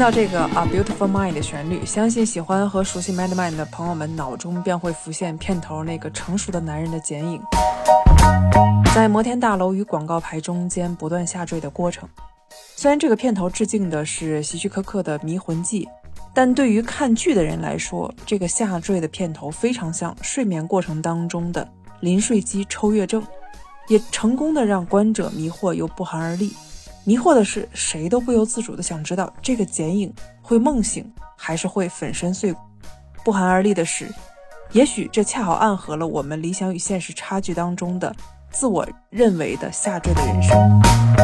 到这个 A Beautiful Mind 的旋律，相信喜欢和熟悉 Mad Men 的朋友们脑中便会浮现片头那个成熟的男人的剪影，在摩天大楼与广告牌中间不断下坠的过程。虽然这个片头致敬的是希区柯克的《迷魂记》，但对于看剧的人来说，这个下坠的片头非常像睡眠过程当中的临睡肌抽跃症，也成功的让观者迷惑又不寒而栗。迷惑的是，谁都不由自主的想知道这个剪影会梦醒还是会粉身碎骨。不寒而栗的是，也许这恰好暗合了我们理想与现实差距当中的自我认为的下坠的人生。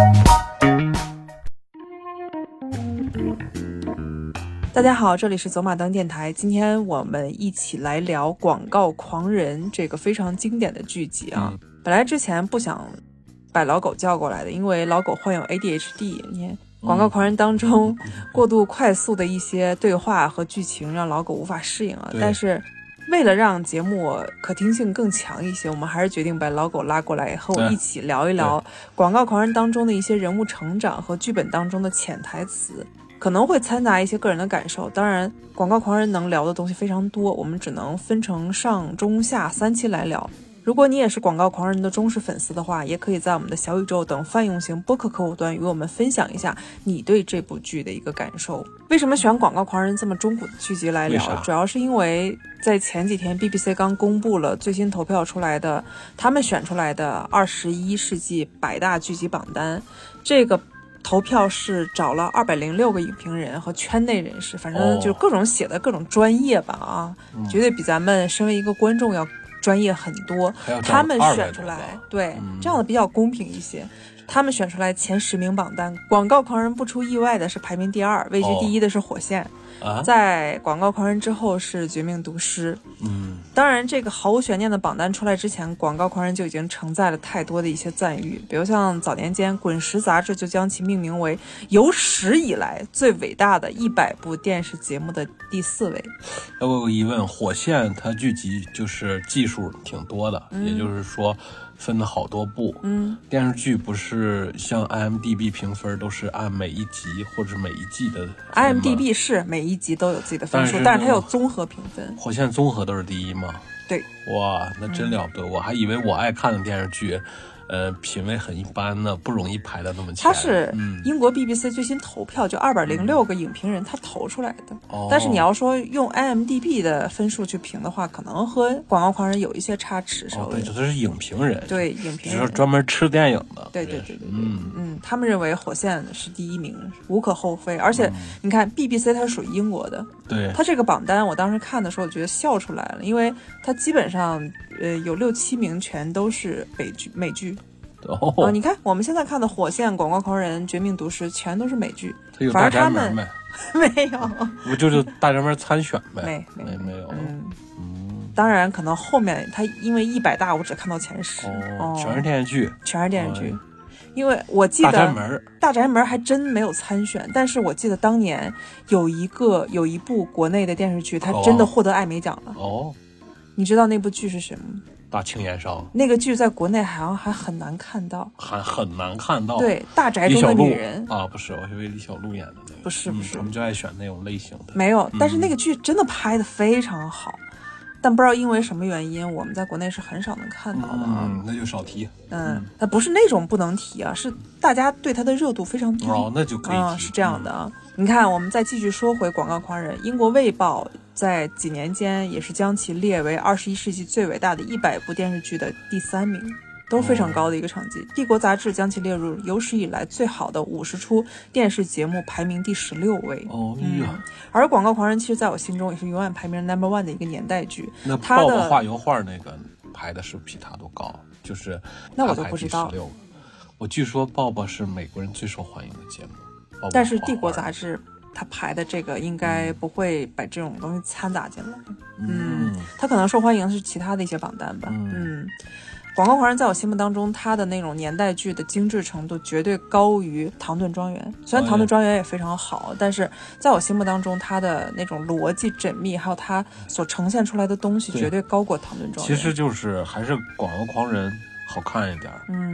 大家好，这里是走马灯电台，今天我们一起来聊广告狂人这个非常经典的剧集啊。本来之前不想把老狗叫过来的，因为老狗患有 ADHD， 你看广告狂人当中过度快速的一些对话和剧情让老狗无法适应啊。但是为了让节目可听性更强一些，我们还是决定把老狗拉过来和我一起聊一聊广告狂人当中的一些人物成长和剧本当中的潜台词，可能会掺杂一些个人的感受。当然广告狂人能聊的东西非常多，我们只能分成上中下3期来聊。如果你也是广告狂人的忠实粉丝的话，也可以在我们的小宇宙等泛用型播客客户端与我们分享一下你对这部剧的一个感受。为什么选广告狂人这么中古的剧集来聊？主要是因为在前几天 BBC 刚公布了最新投票出来的他们选出来的21世纪100大剧集榜单。这个投票是找了206个影评人和圈内人士，反正就是各种写的各种专业吧啊，绝对比咱们身为一个观众要专业很多。他们选出来，对，这样的比较公平一些。他们选出来前10名榜单，广告狂人不出意外的是排名第2，位居第1的是火线，在广告狂人之后是绝命毒师。当然这个毫无悬念的榜单出来之前，广告狂人就已经承载了太多的一些赞誉，比如像早年间滚石杂志就将其命名为有史以来最伟大的100部电视节目的第4位。 我有个疑问，火线它剧集就是技术挺多的，也就是说分了好多部。电视剧不是像 IMDB 评分都是按每一集或者每一季的 IMDB 是每一集都有自己的分数，但是它有综合评分。 火线综合都是第1吗？ 对。 哇，那真了不得。我还以为我爱看的电视剧品味很一般呢，不容易排到那么前。 它是英国 BBC 最新投票，就206个影评人他投出来的。但是你要说用 IMDB 的分数去评的话，可能和广告狂人有一些差池。 对，这是影评人。 对，影评人就是专门吃电影的。 对。他们认为火线是第1名，无可厚非。而且你看 BBC 它是属于英国的， 对， 它这个榜单我当时看的时候，我觉得笑出来了，因为它基本上有6-7名全都是美剧。你看我们现在看的火线、广告狂人、绝命毒师全都是美剧。 反正他们没有， 不就是大人们参选呗？没有。 当然可能后面他因为100大我只看到前10。 全是电视剧。 全是电视剧。因为我记得大宅门还真没有参选，但是我记得当年有一部国内的电视剧它真的获得艾美奖了。你知道那部剧是什么吗？ 大庆延烧。那个剧在国内好像还很难看到。 很难看到。 对，大宅中的女人啊，不是，我以为李小璐演的那个。 不是， 他们就爱选那种类型的。 没有，但是那个剧真的拍得非常好。但不知道因为什么原因，我们在国内是很少能看到的。 那就少提。 它不是那种不能提啊，是大家对它的热度非常低。 那就可以提。 是这样的啊。你看，我们再继续说回广告狂人，英国卫报在几年间也是将其列为21世纪最伟大的100部电视剧的第3名。都非常高的一个成绩。帝国杂志将其列入有史以来最好的50出电视节目，排名第16位。而广告狂人其实在我心中也是永远排名 No.1 的一个年代剧。 那抱抱画油画那个排的是比他都高，就是那我就不知道。 我据说抱抱是美国人最受欢迎的节目， 但是帝国杂志他排的这个应该不会把这种东西掺杂进来。他可能受欢迎的是其他的一些榜单吧。广告狂人在我心目当中，他的那种年代剧的精致程度绝对高于唐顿庄园。虽然唐顿庄园也非常好，但是在我心目当中，他的那种逻辑缜密，还有他所呈现出来的东西，绝对高过唐顿庄园。 其实就是还是广告狂人好看一点。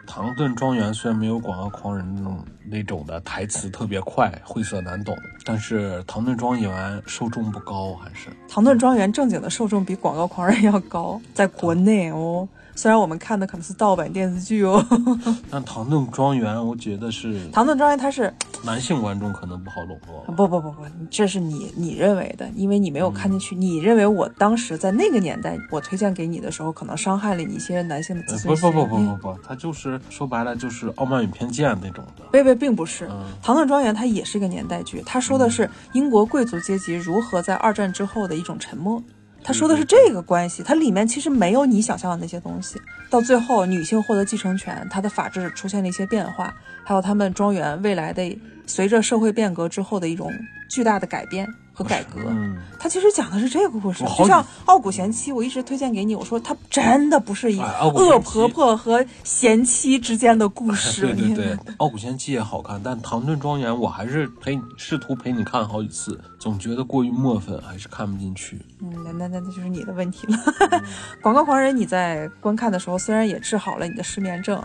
唐顿庄园虽然没有广告狂人那种的台词特别快，晦涩难懂，但是唐顿庄园受众不高，还是唐顿庄园正经的受众比广告狂人要高，在国内哦。虽然我们看的可能是盗版电视剧哦， 但唐顿庄园我觉得是唐顿庄园，它是男性观众可能不好笼络。 不，这是你认为的，因为你没有看进去。你认为我当时在那个年代，我推荐给你的时候，可能伤害了你一些男性的自尊心。 不，它就是说白了就是傲慢与偏见那种的。 并不是。唐顿庄园它也是一个年代剧，它说的是英国贵族阶级如何在二战之后的一种沉默。他说的是这个关系，它里面其实没有你想象的那些东西。到最后，女性获得继承权，它的法制出现了一些变化，还有他们庄园未来的随着社会变革之后的一种巨大的改变和改革。它其实讲的是这个故事。就像《傲骨贤妻》，我一直推荐给你，我说它真的不是以恶婆婆和贤妻之间的故事。 对，《傲骨贤妻》也好看，但《唐顿庄园》我还是试图陪你看好几次，总觉得过于墨粉，还是看不进去。 那就是你的问题了。广告狂人，你在观看的时候虽然也治好了你的失眠症，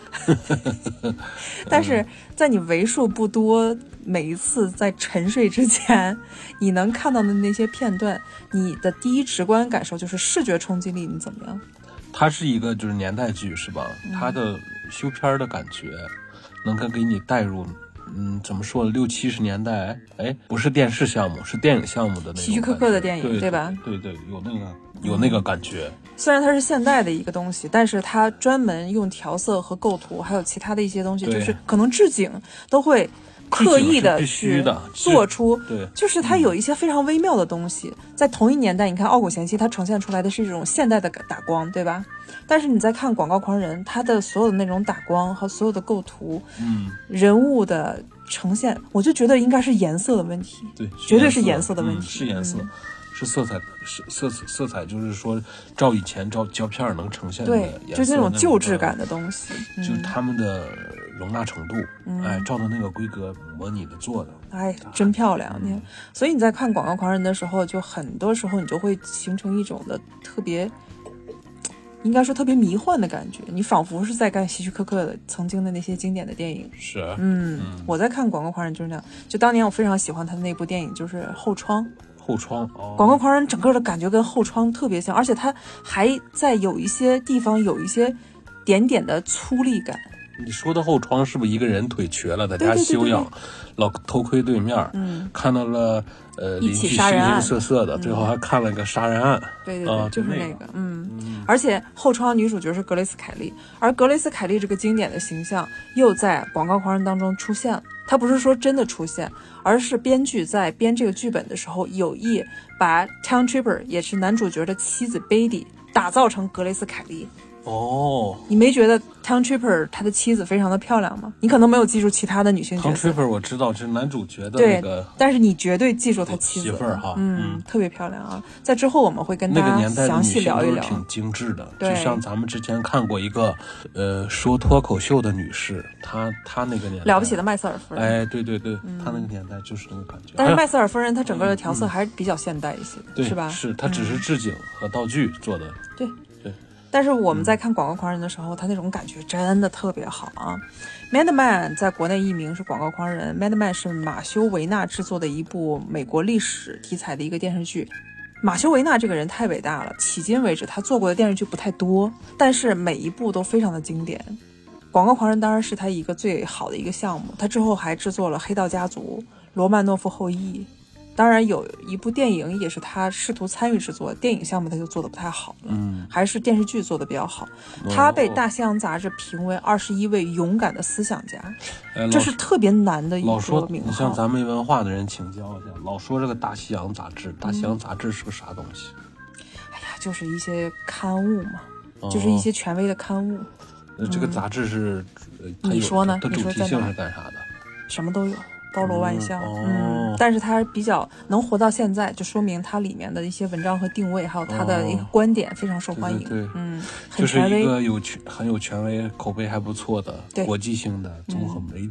但是在你为数不多每一次在沉睡之前你能看到的那些片段，你的第一直观感受就是视觉冲击力你怎么样？ 它是一个就是年代剧是吧？它的修片的感觉能够给你带入怎么说，60、70年代，不是电视项目，是电影项目的那种希区柯克的电影，对吧？ 对，有那个感觉。 虽然它是现代的一个东西，但是它专门用调色和构图，还有其他的一些东西，就是可能置景都会刻意的去做出， 对， 就是它有一些非常微妙的东西。在同一年代，你看《傲骨贤妻》，它呈现出来的是一种现代的打光，对吧？但是你在看《广告狂人》，它的所有的那种打光和所有的构图，人物的呈现，我就觉得应该是颜色的问题， 对， 绝对是颜色的问题， 是颜色。是色彩，就是说照以前照胶片能呈现的颜色， 对，就是那种旧质感的东西， 就是他们的容纳程度，照的那个规格模拟的做的， 真漂亮。所以你在看《广告狂人》的时候，就很多时候你就会形成一种的特别，应该说特别迷幻的感觉，你仿佛是在看希区柯克曾经的那些经典的电影。 是， 我在看《广告狂人》就是那样，就当年我非常喜欢他的那部电影，就是《后窗》。广告狂人整个的感觉跟后窗特别像，而且他还在有一些地方有一些点点的粗粝感。 你说的后窗是不是一个人腿瘸了，在家休养，老偷窥对面，看到了邻居形形色色的，最后还看了个杀人案。 对，就是那个，而且后窗女主角是格雷斯凯利，而格雷斯凯利这个经典的形象又在广告狂人当中出现了。他不是说真的出现，而是编剧在编这个剧本的时候有意把 Town Tripper 也是男主角的妻子 Beatty 打造成格雷斯凯利。你没觉得 Town Tripper 他的妻子非常的漂亮吗？你可能没有记住其他的女性角色。 Town Tripper 我知道是男主角的那个， 但是你绝对记住他妻子媳妇儿哈， 特别漂亮啊。在之后我们会跟大家详细聊一聊。 那个年代的女性都是挺精致的，就像咱们之前看过一个说脱口秀的女士，她那个年代了不起的麦瑟尔夫人。 对，她那个年代就是那个感觉。 但是麦瑟尔夫人她整个的调色还是比较现代一些的，是吧？ 是，她只是置景和道具做的。 对。但是我们在看《广告狂人》的时候，他那种感觉真的特别好啊。Mad Men 在国内译名是《广告狂人》，Mad Men 是马修维纳制作的一部美国历史题材的一个电视剧。马修维纳这个人太伟大了，迄今为止他做过的电视剧不太多，但是每一部都非常的经典。《广告狂人》当然是他一个最好的一个项目，他之后还制作了《黑道家族》、《罗曼诺夫后裔》。当然有一部电影也是他试图参与制作，电影项目他就做的不太好了，还是电视剧做的比较好。他被大西洋杂志评为21位勇敢的思想家，这是特别难的一个名号。 你像咱没文化的人请教一下，老说这个大西洋杂志，大西洋杂志是个啥东西？ 就是一些刊物嘛，就是一些权威的刊物。 这个杂志是你说呢？ 它主题性是干啥的？ 什么都有，包罗万象。但是它比较能活到现在，就说明它里面的一些文章和定位，还有它的一个观点非常受欢迎。 对， 很权威， 就是一个很有权威、口碑还不错的国际性的综合媒体。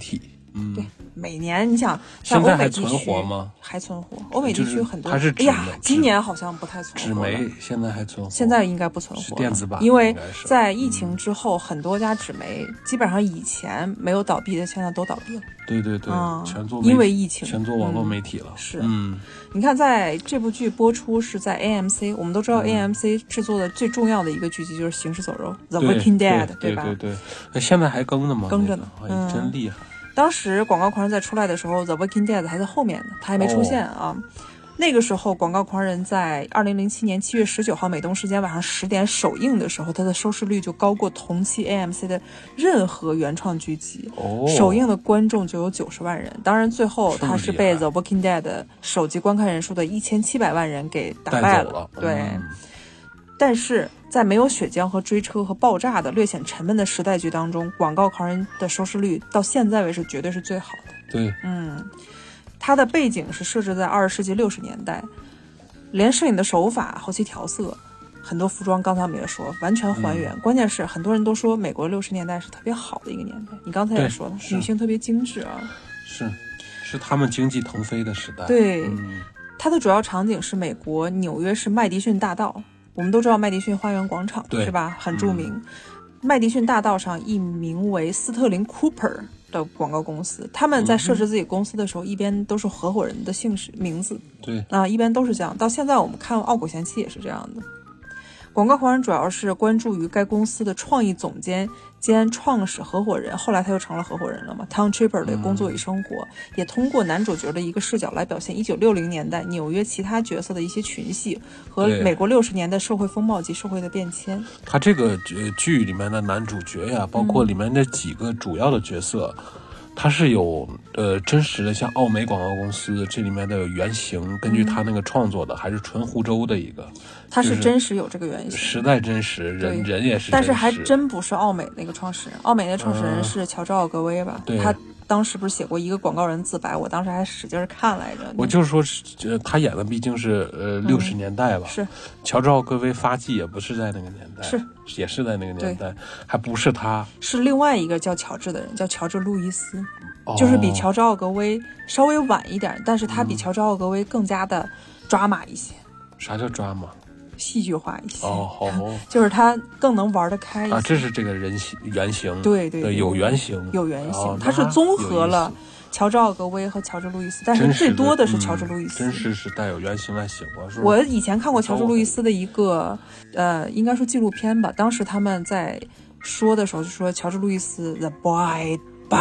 对，每年你想现在还存活吗？ 还存活，欧美地区很多。 它是哎呀，今年好像不太存活。 纸媒现在还存活？ 现在应该不存活， 是电子版， 因为在疫情之后，很多家纸媒基本上以前没有倒闭的，现在都倒闭了。 对对对，全做因为疫情， 全做网络媒体了。 是，你看，在这部剧播出是在 AMC， 我们都知道 AMC 制作的最重要的一个剧集就是《行尸走肉》The Walking Dead， 对吧？ 对，现在还更呢吗？ 更着呢， 真厉害。 当时广告狂人在出来的时候 The Walking Dead 还在后面呢，他还没出现啊。那个时候广告狂人在2007年7月19号美东时间晚上10点首映的时候，它的收视率就高过同期 AMC 的任何原创剧集，首映的观众就有90万人。当然最后它是被 The Walking Dead 的首集观看人数的1700万人给打败了。对，但是在没有血浆和追车和爆炸的略显沉闷的时代剧当中，广告狂人的收视率到现在为止绝对是最好的。 对， 它的背景是设置在20世纪60年代，连摄影的手法、后期调色、很多服装，刚才我们也说完全还原。关键是很多人都说美国60年代是特别好的一个年代，你刚才也说了，女性特别精致啊， 是他们经济腾飞的时代。 对，它的主要场景是美国纽约市麦迪逊大道，我们都知道麦迪逊花园广场是吧？很著名。麦迪逊大道上一名为斯特林 Cooper 的广告公司，他们在设置自己公司的时候，一边都是合伙人的名字， 对一般都是这样。到现在我们看《傲骨贤妻》也是这样的。广告狂人主要是关注于该公司的创意总监兼创始合伙人，后来他又成了合伙人了嘛 Tom Tripper 的工作与生活，也通过男主角的一个视角来表现1960年代纽约其他角色的一些群戏和美国60年代社会风貌及社会的变迁。 他这个剧里面的男主角呀，包括里面的几个主要的角色，它是有真实的，像奥美广告公司这里面的有原型，根据他那个创作的，还是纯湖州的一个， 它是真实有这个原型， 时代真实，人也是真实， 但是还真不是奥美那个创始人，奥美那创始人是乔治奥格威吧？他当时不是写过一个广告人自白，我当时还使劲看来着。 我就是说他演的毕竟是60年代吧， 是乔治奥格威发迹也不是在那个年代，也是在那个年代，还不是他， 是另外一个叫乔治的人，叫乔治路易斯，就是比乔治奥格威稍微晚一点，但是他比乔治奥格威更加的抓马一些。 啥叫抓马？ 戏剧化一些就是他更能玩得开一些这是这个原型， 对， 有原型， 他是综合了乔治奥格威和乔治路易斯，但是最多的是乔治路易斯， 真实是带有原型来写过。 我以前看过乔治路易斯的一个应该说纪录片吧，当时他们在说的时候就说乔治路易斯 the boy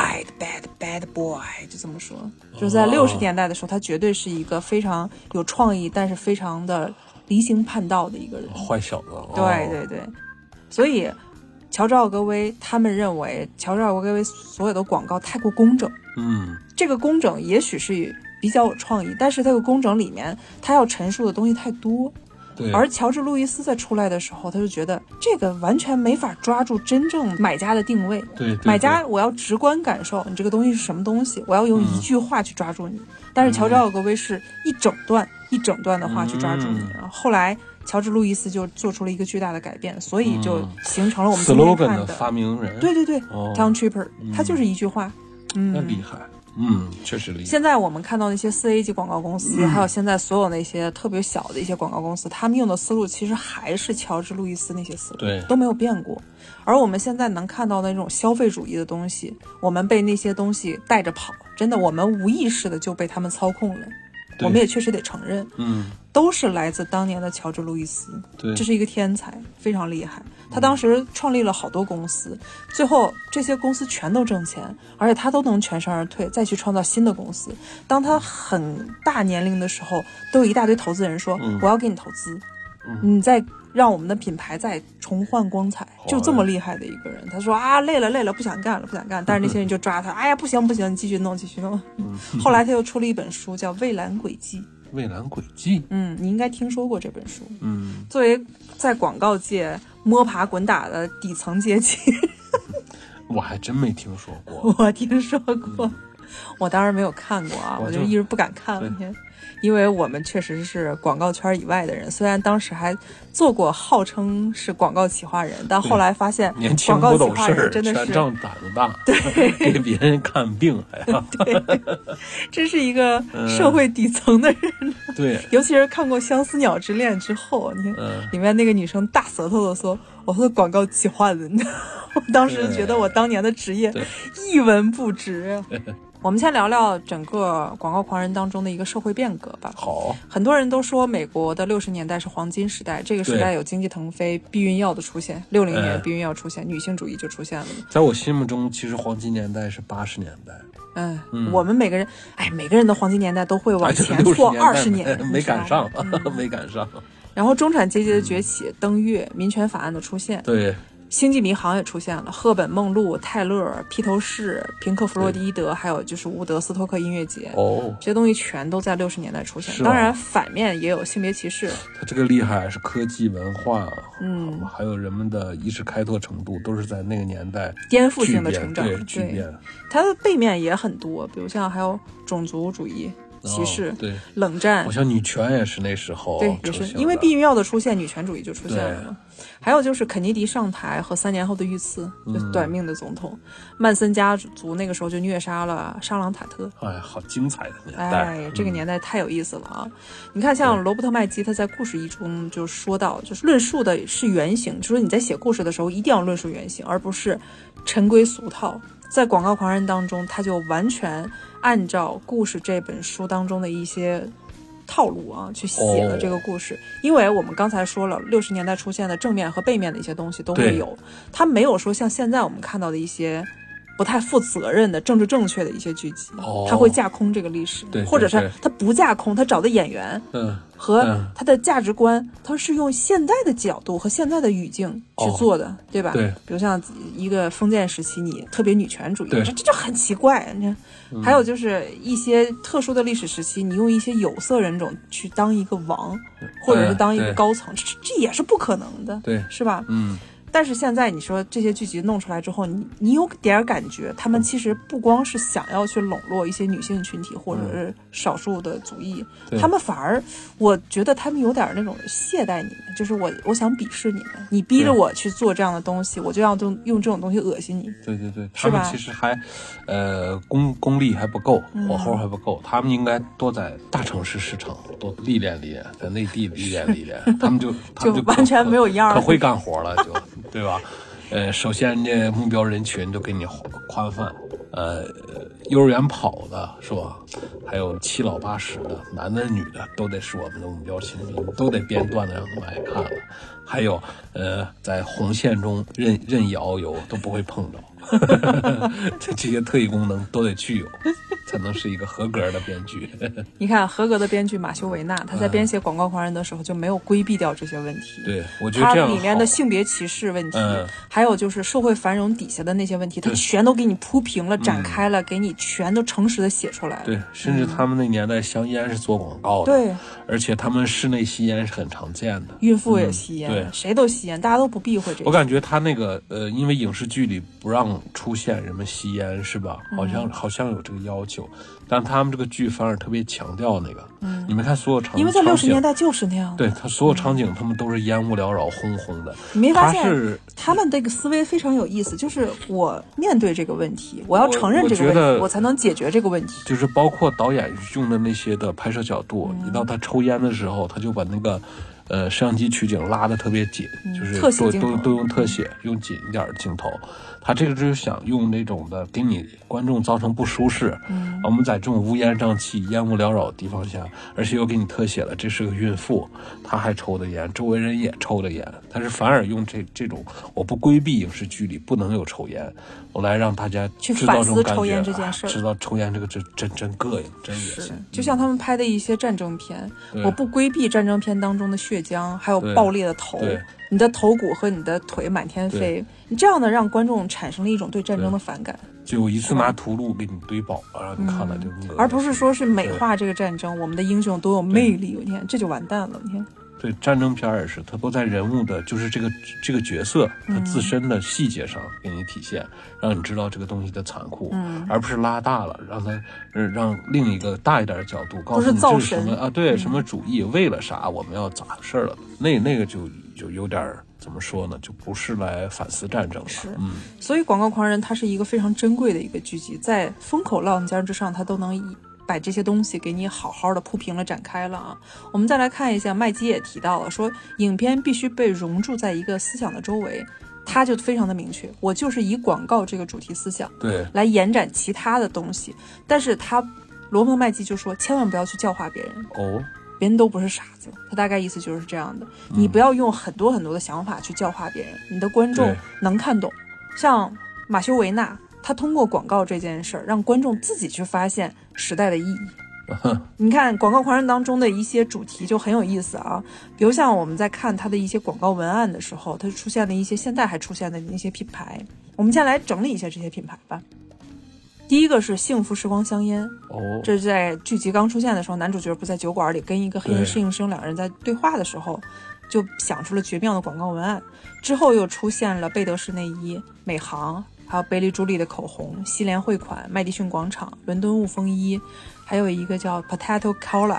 bad boy， 就这么说，就是在60年代的时候，他绝对是一个非常有创意，但是非常的离经叛道的一个人， 坏小子。 对，所以乔治奥格威他们认为乔治奥格威所有的广告太过工整，这个工整也许是比较有创意，但是这个工整里面他要陈述的东西太多。而乔治路易斯在出来的时候，他就觉得这个完全没法抓住真正买家的定位。 对， 买家我要直观感受你这个东西是什么东西，我要用一句话去抓住你。但是乔治奥格威是一整段的话去抓住你。后来乔治路易斯就做出了一个巨大的改变，所以就形成了我们今天看的 slogan 的发明人。 对Tom Tripper，他就是一句话。 那厉害。确实厉害。 现在我们看到那些4A 级广告公司，还有现在所有那些特别小的一些广告公司，他们用的思路其实还是乔治路易斯那些思路，都没有变过。而我们现在能看到的那种消费主义的东西，我们被那些东西带着跑，真的我们无意识的就被他们操控了。我们也确实得承认，都是来自当年的乔治路易斯。 对， 这是一个天才，非常厉害。他当时创立了好多公司，最后这些公司全都挣钱，而且他都能全身而退，再去创造新的公司。当他很大年龄的时候，都有一大堆投资人说，我要给你投资，你再让我们的品牌再重焕光彩。就这么厉害的一个人。他说累了，不想干了。但是那些人就抓他，哎呀不行，你继续弄。后来他又出了一本书叫《蔚蓝轨迹》。 蔚蓝轨迹， 你应该听说过这本书。作为在广告界摸爬滚打的底层阶级， 我还真没听说过。 我听说过，我当然没有看过啊，我就一直不敢看了。 因为我们确实是广告圈以外的人，虽然当时还做过号称是广告企划人，但后来发现年轻广告企不懂事儿， 划人真的是全仗胆子大， 对， 给别人看病还要对，这是一个社会底层的人。 对， 尤其是看过《相思鸟之恋》之后，你看里面那个女生大舌头的说：“我是广告企划人。”我当时觉得我当年的职业一文不值。我们先聊聊整个广告狂人当中的一个社会变革吧。 好， 很多人都说美国的60年代是黄金时代，这个时代有经济腾飞，避孕药的出现，60年避孕药出现，女性主义就出现了。 在我心目中，其实黄金年代是80年代。 我们每个人，每个人的黄金年代都会往前错20年， 没赶上，没赶上。 然后中产阶级的崛起、登月、民权法案的出现， 对。 星际迷航也出现了，赫本梦露、泰勒、披头士、平克·弗洛伊德，还有就是伍德斯托克音乐节，这些东西全都在60年代出现。当然，反面也有性别歧视。 它这个厉害是科技、文化，还有人们的意识开拓程度，都是在那个年代颠覆性的成长。 巨变。 它的背面也很多，比如像还有种族主义。歧视， 对， 冷战， 好像女权也是那时候， 对，也是因为避孕药的出现，女权主义就出现了。还有就是肯尼迪上台和3年后的遇刺，就短命的总统。曼森家族那个时候就虐杀了沙朗塔特， 好精彩的年代， 这个年代太有意思了啊！你看，像罗伯特麦基他在故事一中就说到，就是论述的是原型，就是你在写故事的时候一定要论述原型，而不是陈规俗套。在广告狂人当中，他就完全按照故事这本书当中的一些套路去写了这个故事。因为我们刚才说了，60年代出现的正面和背面的一些东西都会有，他没有说像现在我们看到的一些不太负责任的政治正确的一些剧集，他会架空这个历史，或者是他不架空，他找的演员和他的价值观，他是用现代的角度和现在的语境去做的，对吧？ 对， 比如像一个封建时期，你特别女权主义，这就很奇怪。你看，还有就是一些特殊的历史时期，你用一些有色人种去当一个王，或者是当一个高层，这也是不可能的， 对， 是吧？但是现在你说这些剧集弄出来之后，你有点感觉，他们其实不光是想要去笼络一些女性群体或者是少数的族裔，他们反而我觉得他们有点那种懈怠你们，就是我想鄙视你们，你逼着我去做这样的东西，我就要用这种东西恶心你。 对，他们其实还功力还不够，火候还不够，他们应该多在大城市市场多历练历练，在内地历练，他们就完全没有样， 可会干活了就。对吧？首先这目标人群就给你宽泛，幼儿园跑的是吧？还有7老8十的，男的女的都得是我们的目标群体，都得编段子让他们爱看了。还有在红线中任意遨游都不会碰着。这些特异功能都得具有，才能是一个合格的编剧。 你看，合格的编剧马修维纳，他在编写《广告狂人》的时候就没有规避掉这些问题。 对，我觉得这样他里面的性别歧视问题，还有就是社会繁荣底下的那些问题，他全都给你铺平了、展开了，给你全都诚实的写出来了。 对，甚至他们那年代香烟是做广告的， 对， 而且他们室内吸烟是很常见的， 孕妇也吸烟， 对， 谁都吸烟，大家都不避讳这个。 我感觉他那个因为影视剧里不让出现人们吸烟是吧？好像有这个要求，但他们这个剧反而特别强调那个。你们看所有场景， 因为在60年代就是那样。 对，他所有场景他们都是烟雾缭绕、轰轰的。 你没发现他们这个思维非常有意思？就是我面对这个问题，我要承认这个问题，我才能解决这个问题。 就是包括导演用的那些的拍摄角度，一到他抽烟的时候，他就把那个摄像机取景拉得特别紧，就是都用特写，用紧一点的镜头。他这个就是想用那种的给你观众造成不舒适。我们在这种乌烟瘴气、烟雾缭绕的地方下，而且又给你特写了这是个孕妇，她还抽的烟，周围人也抽的烟，但是反而用这种我不规避影视剧里不能有抽烟，我来让大家去反思抽烟这件事， 知道抽烟这个真膈应，真恶心。 就像他们拍的一些战争片，我不规避战争片当中的血浆，还有爆裂的头。你的头骨和你的腿满天飞，你这样的让观众产生了一种对战争的反感， 就一次拿屠戮给你堆饱了，让你看了就而不是说是美化这个战争，我们的英雄都有魅力，我天，这就完蛋了，你看。 对，战争片也是，它都在人物的，就是这个角色他自身的细节上给你体现，让你知道这个东西的残酷，而不是拉大了，让另一个大一点的角度告诉你这是什么啊？对，什么主义，为了啥我们要咋事儿了？那个就有点怎么说呢？就不是来反思战争了。 是，所以《广告狂人》它是一个非常珍贵的一个剧集，在风口浪尖之上，它都能把这些东西给你好好的铺平了展开了啊。我们再来看一下，麦基也提到了，说影片必须被融入在一个思想的周围，他就非常的明确，我就是以广告这个主题思想对来延展其他的东西。但是罗伯特麦基就说，千万不要去教化别人哦。别人都不是傻子，他大概意思就是这样的。你不要用很多很多的想法去教化别人，你的观众能看懂。像马修维纳，他通过广告这件事儿，让观众自己去发现时代的意义。你看《广告狂人》当中的一些主题就很有意思啊，比如像我们在看他的一些广告文案的时候，他出现了一些现在还出现的那些品牌。我们先来整理一下这些品牌吧。第一个是幸福时光香烟，这是在剧集刚出现的时候，男主角不在酒馆里跟一个黑人侍应生两个人在对话的时候，就想出了绝妙的广告文案。之后又出现了贝德士内衣、美航，还有贝利朱莉的口红、西联汇款、麦迪逊广场、伦敦雾风衣，还有一个叫 Potato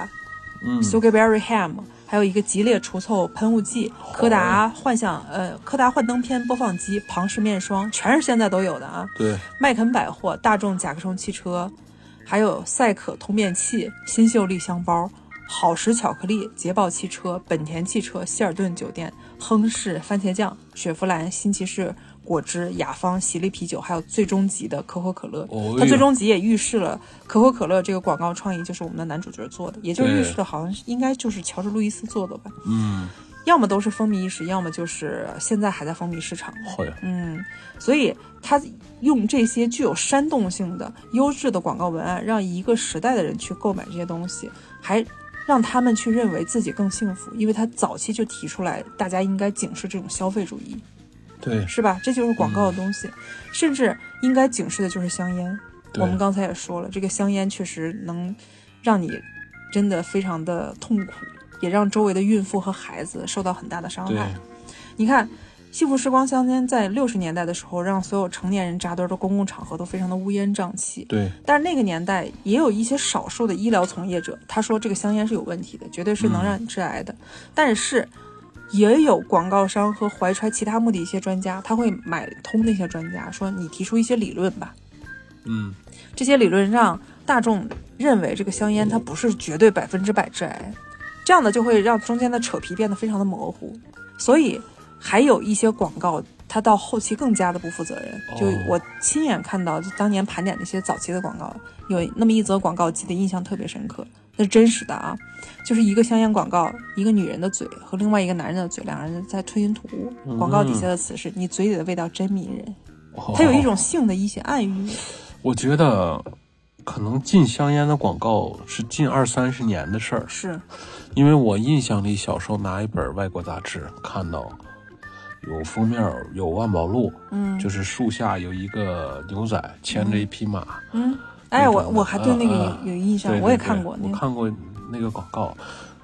Cola、Sugary Ham， 还有一个吉列除臭喷雾剂、柯达幻灯片播放机、庞氏面霜，全是现在都有的啊。 对， 麦肯百货、大众甲壳虫汽车，还有赛可通便器、新秀丽香包、好时巧克力、捷豹汽车、本田汽车、希尔顿酒店、亨氏番茄酱、雪佛兰、新奇士果汁、雅芳喜力啤酒，还有最终极的可口可乐。它最终极也预示了可口可乐这个广告创意就是我们的男主角做的，也就是预示的好像应该就是乔治路易斯做的吧。要么都是风靡一时，要么就是现在还在风靡市场。所以他用这些具有煽动性的优质的广告文案，让一个时代的人去购买这些东西，还让他们去认为自己更幸福，因为他早期就提出来大家应该警示这种消费主义。 对， 是吧？这就是广告的东西，甚至应该警示的就是香烟。我们刚才也说了，这个香烟确实能让你真的非常的痛苦，也让周围的孕妇和孩子受到很大的伤害。你看，幸福时光香烟在60年代的时候，让所有成年人扎堆的公共场合都非常的乌烟瘴气。 对， 但是那个年代也有一些少数的医疗从业者，他说这个香烟是有问题的，绝对是能让你致癌的。但是也有广告商和怀揣其他目的一些专家，他会买通那些专家，说你提出一些理论吧。这些理论让大众认为这个香烟它不是绝对100%致癌，这样的就会让中间的扯皮变得非常的模糊。所以还有一些广告它到后期更加的不负责任。就我亲眼看到，就当年盘点那些早期的广告，有那么一则广告记得印象特别深刻，那是真实的啊，就是一个香烟广告，一个女人的嘴和另外一个男人的嘴，两个人在吞云吐雾。广告底下的词是你嘴里的味道真迷人，它有一种性的一些暗喻。 我觉得可能禁香烟的广告是近20-30年的事儿， 是因为我印象里小时候拿一本外国杂志看到有封面有万宝路，就是树下有一个牛仔牵着一匹马， 我还对那个有印象，我也看过， 我看过那个广告，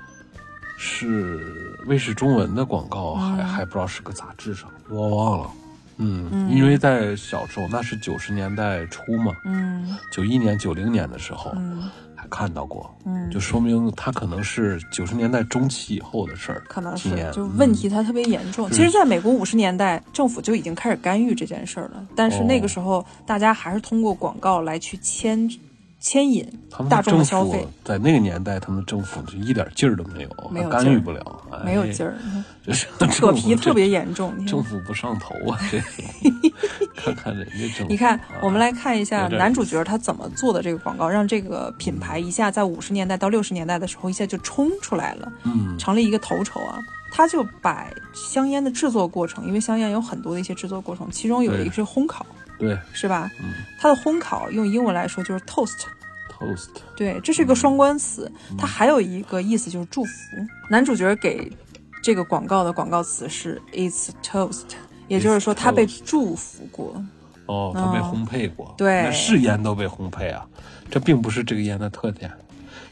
是卫视中文的广告，还不知道是个杂志上，我忘了。因为在小时候那是90年代初嘛，91年90年的时候还看到过，就说明它可能是90年代中期以后的事儿， 可能是就问题它特别严重。其实在美国50年代政府就已经开始干预这件事儿了，但是那个时候大家还是通过广告来去牵引大众的消费。 在那个年代他们政府就一点劲儿都没有，干预不了， 没有劲儿， 就是扯皮特别严重。 政府不上头啊，这看看人家政府。 你看，我们来看一下男主角他怎么做的这个广告，让这个品牌一下在50年代到60年代的时候一下就冲出来了，成了一个头筹啊。他就把香烟的制作过程，因为香烟有很多的一些制作过程，其中有一个是烘烤， 对， 是吧？它的烘烤用英文来说就是 toast。对，这是一个双关词，它还有一个意思就是祝福。男主角给这个广告的广告词是 It's toast， 也就是说他被祝福过。 他被烘焙过。 对， 那是烟都被烘焙啊，这并不是这个烟的特点。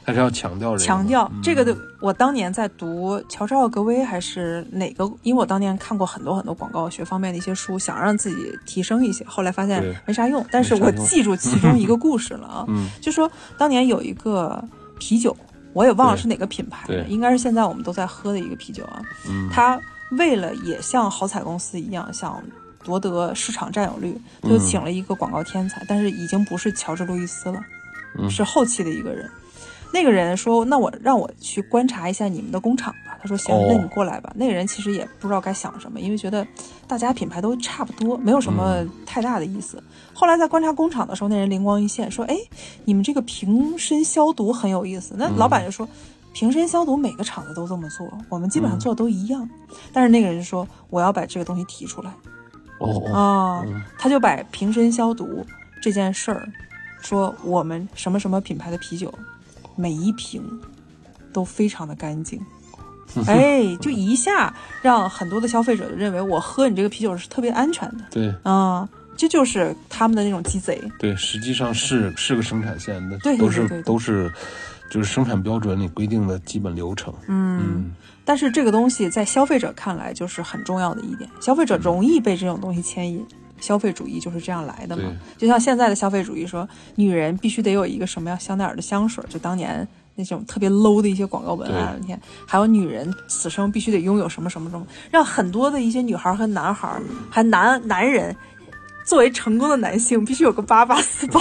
还是要强调这个的。我当年在读乔治奥格威还是哪个，因为我当年看过很多很多广告学方面的一些书，想让自己提升一些，后来发现没啥用，但是我记住其中一个故事了啊。就说当年有一个啤酒，我也忘了是哪个品牌的，应该是现在我们都在喝的一个啤酒啊。它为了也像好彩公司一样想夺得市场占有率，就请了一个广告天才，但是已经不是乔治路易斯了，是后期的一个人。那个人说那让我去观察一下你们的工厂吧。他说行，那你过来吧。那个人其实也不知道该想什么，因为觉得大家品牌都差不多，没有什么太大的意思。后来在观察工厂的时候，那人灵光一现说，哎，你们这个瓶身消毒很有意思。那老板就说，瓶身消毒每个厂子都这么做，我们基本上做的都一样。但是那个人说我要把这个东西提出来。他就把瓶身消毒这件事儿说，我们什么什么品牌的啤酒每一瓶都非常的干净。哎，就一下让很多的消费者认为我喝你这个啤酒是特别安全的。 对这就是他们的那种鸡贼。 对，实际上是个生产线的， 对， 都是就是生产标准里规定的基本流程。 但是这个东西在消费者看来就是很重要的一点，消费者容易被这种东西牵引。消费主义就是这样来的嘛。就像现在的消费主义说，女人必须得有一个什么样香奈儿的香水，就当年那种特别 low 的一些广告文案，你看，还有女人此生必须得拥有什么什么什么，让很多的一些女孩和男孩，还男人作为成功的男性必须有个8848。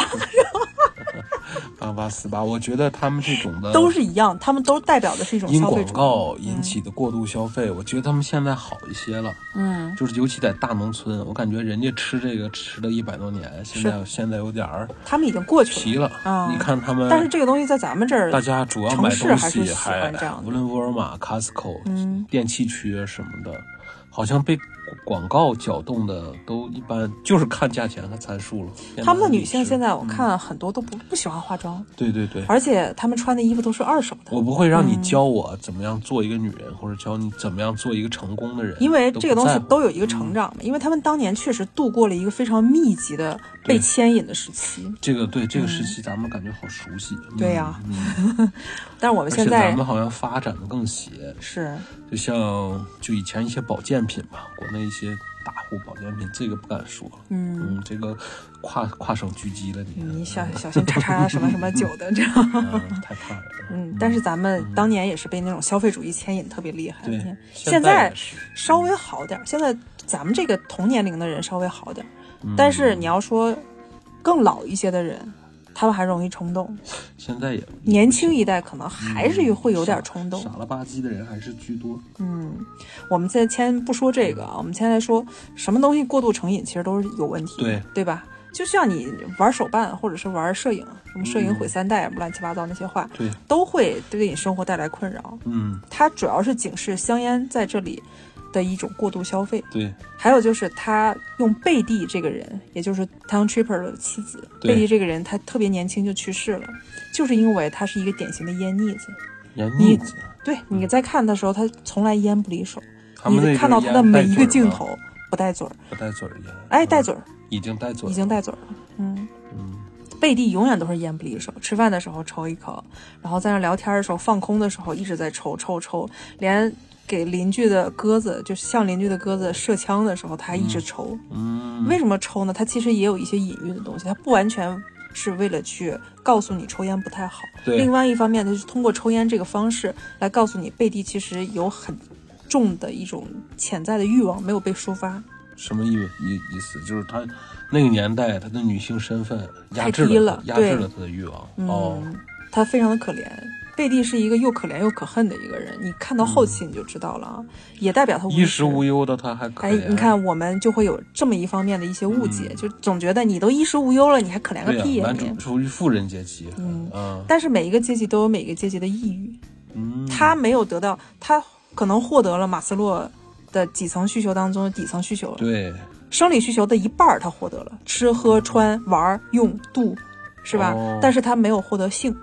8848，我觉得他们这种的都是一样，他们都代表的是一种消费主义。 因广告引起的过度消费，我觉得他们现在好一些了。就是尤其在大农村，我感觉人家吃这个吃了100多年，现在有点儿， 他们已经过去了。你看他们， 但是这个东西在咱们这儿， 大家主要买东西还无论沃尔玛、Costco、电器区什么的，好像被广告搅动的都一般，就是看价钱和参数了。 他们的女性现在我看很多都不喜欢化妆。 对， 而且他们穿的衣服都是二手的。 我不会让你教我怎么样做一个女人，或者教你怎么样做一个成功的人， 因为这个东西都有一个成长嘛。因为他们当年确实度过了一个非常密集的被牵引的时期。 这个时期咱们感觉好熟悉。 对呀。但是我们现在咱们好像发展的更邪。 是。 就像以前一些保健品吧，国内一些大户保健品，这个不敢说。这个跨省狙击了你小心叉什么什么酒的这样。 太怕了。 但是咱们当年也是被那种消费主义牵引特别厉害。 对， 现在稍微好点，现在咱们这个同年龄的人稍微好点，但是你要说更老一些的人，他们还容易冲动。 现在也年轻一代可能还是会有点冲动， 傻了吧唧的人还是居多。 我们再先不说这个，我们先来说什么东西过度成瘾其实都是有问题。对吧？就像你玩手办或者是玩摄影，什么摄影毁3代乱七八糟那些话，都会对你生活带来困扰。它主要是警示香烟在这里的一种过度消费。 对， 还有就是他用贝蒂这个人，也就是 Tom Tripper 的妻子，贝蒂这个人他特别年轻就去世了，就是因为他是一个典型的烟腻子。对，你在看的时候他从来烟不离手，你看到他的每一个镜头不带嘴儿烟。哎，带嘴儿， 已经带嘴了。贝蒂永远都是烟不离手，吃饭的时候抽一口，然后在那聊天的时候放空的时候一直在抽，连给邻居的鸽子，就是向邻居的鸽子射枪的时候他还一直抽。为什么抽呢？他其实也有一些隐喻的东西，他不完全是为了去告诉你抽烟不太好，另外一方面他是通过抽烟这个方式来告诉你贝蒂其实有很重的一种潜在的欲望没有被抒发。 什么意思？就是他那个年代他的女性身份压制了他的欲望。 他非常的可怜。贝蒂是一个又可怜又可恨的一个人，你看到后期你就知道了。也代表他衣食无忧的他还可怜。 你看我们就会有这么一方面的一些误解，就总觉得你都衣食无忧了你还可怜个屁呀， 你属于富人阶级。 但是每一个阶级都有每个阶级的抑郁。他没有得到，他可能获得了马斯洛的几层需求当中的底层需求。 对， 生理需求的一半他获得了，吃喝穿玩用度，是吧？但是他没有获得性。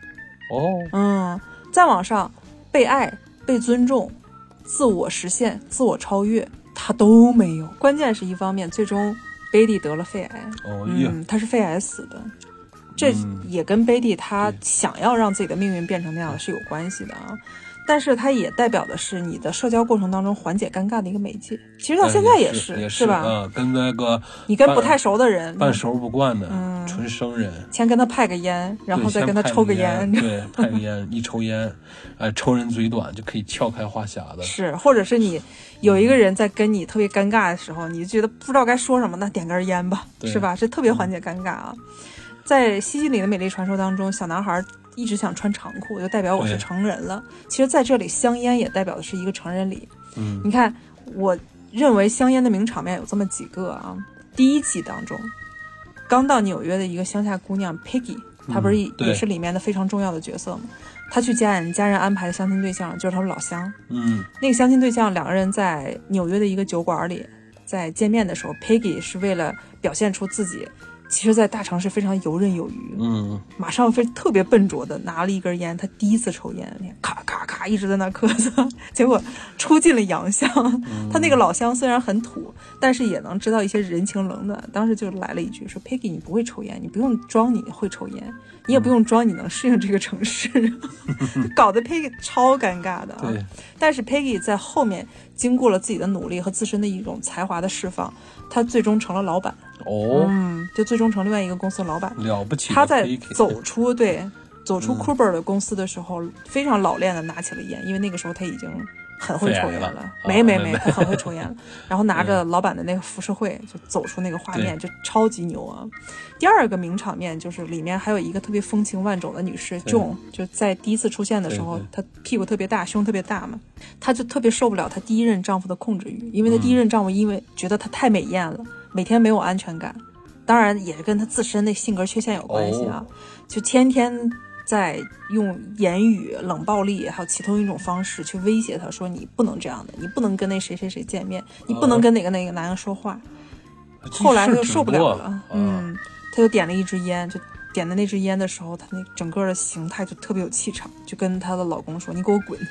再往上，被爱、被尊重、自我实现、自我超越，他都没有。关键是一方面，最终贝蒂得了肺癌。他是肺癌死的。 这也跟贝蒂他想要让自己的命运变成那样是有关系的啊。但是它也代表的是你的社交过程当中缓解尴尬的一个媒介。其实到现在也是吧？ 跟那个你跟不太熟的人， 半熟不惯的纯生人， 先跟他派个烟，然后再跟他抽个烟， 对，派个烟，一抽烟，抽人嘴短就可以撬开话匣子。 是，或者是你有一个人在跟你特别尴尬的时候，你觉得不知道该说什么，那点根烟吧，是吧？这特别缓解尴尬啊。在西西里的美丽传说当中，小男孩一直想穿长裤，就代表我是成人了。其实在这里，香烟也代表的是一个成人礼。你看，我认为香烟的名场面有这么几个啊。第一季当中，刚到纽约的一个乡下姑娘 Peggy， 她不是也是里面的非常重要的角色吗？她去家人安排的相亲对象就是她的老乡。那个相亲对象两个人在纽约的一个酒馆里在见面的时候， Peggy 是为了表现出自己其实在大城市非常游刃有余，马上特别笨拙的拿了一根烟，他第一次抽烟，咔咔咔一直在那咳嗽，结果出尽了洋相。他那个老乡虽然很土，但是也能知道一些人情冷暖，当时就来了一句说 Peggy 你不会抽烟，你不用装你会抽烟，你也不用装你能适应这个城市。搞得 Peggy 超尴尬的啊。但是 Peggy 在后面经过了自己的努力和自身的一种才华的释放，他最终成了老板。就最终成另外一个公司的老板， 了不起。 他在走出 Cooper 的公司的时候，非常老练的拿起了烟，因为那个时候他已经很会抽烟了。没，他很会抽烟了。然后拿着老板的那个浮世绘，就走出那个画面，就超级牛啊。第二个名场面就是里面还有一个特别风情万种的女士 Joan， 就在第一次出现的时候，她屁股特别大，胸特别大嘛，她就特别受不了她第一任丈夫的控制欲，因为她第一任丈夫因为觉得她太美艳了，每天没有安全感，当然也是跟她自身的性格缺陷有关系啊，就天天在用言语冷暴力还有其中一种方式去威胁她，说你不能这样的，你不能跟那谁谁谁见面，你不能跟哪个男人说话。后来她就受不了了，她就点了一支烟，就点的那支烟的时候，她那整个的形态就特别有气场，就跟她的老公说你给我滚。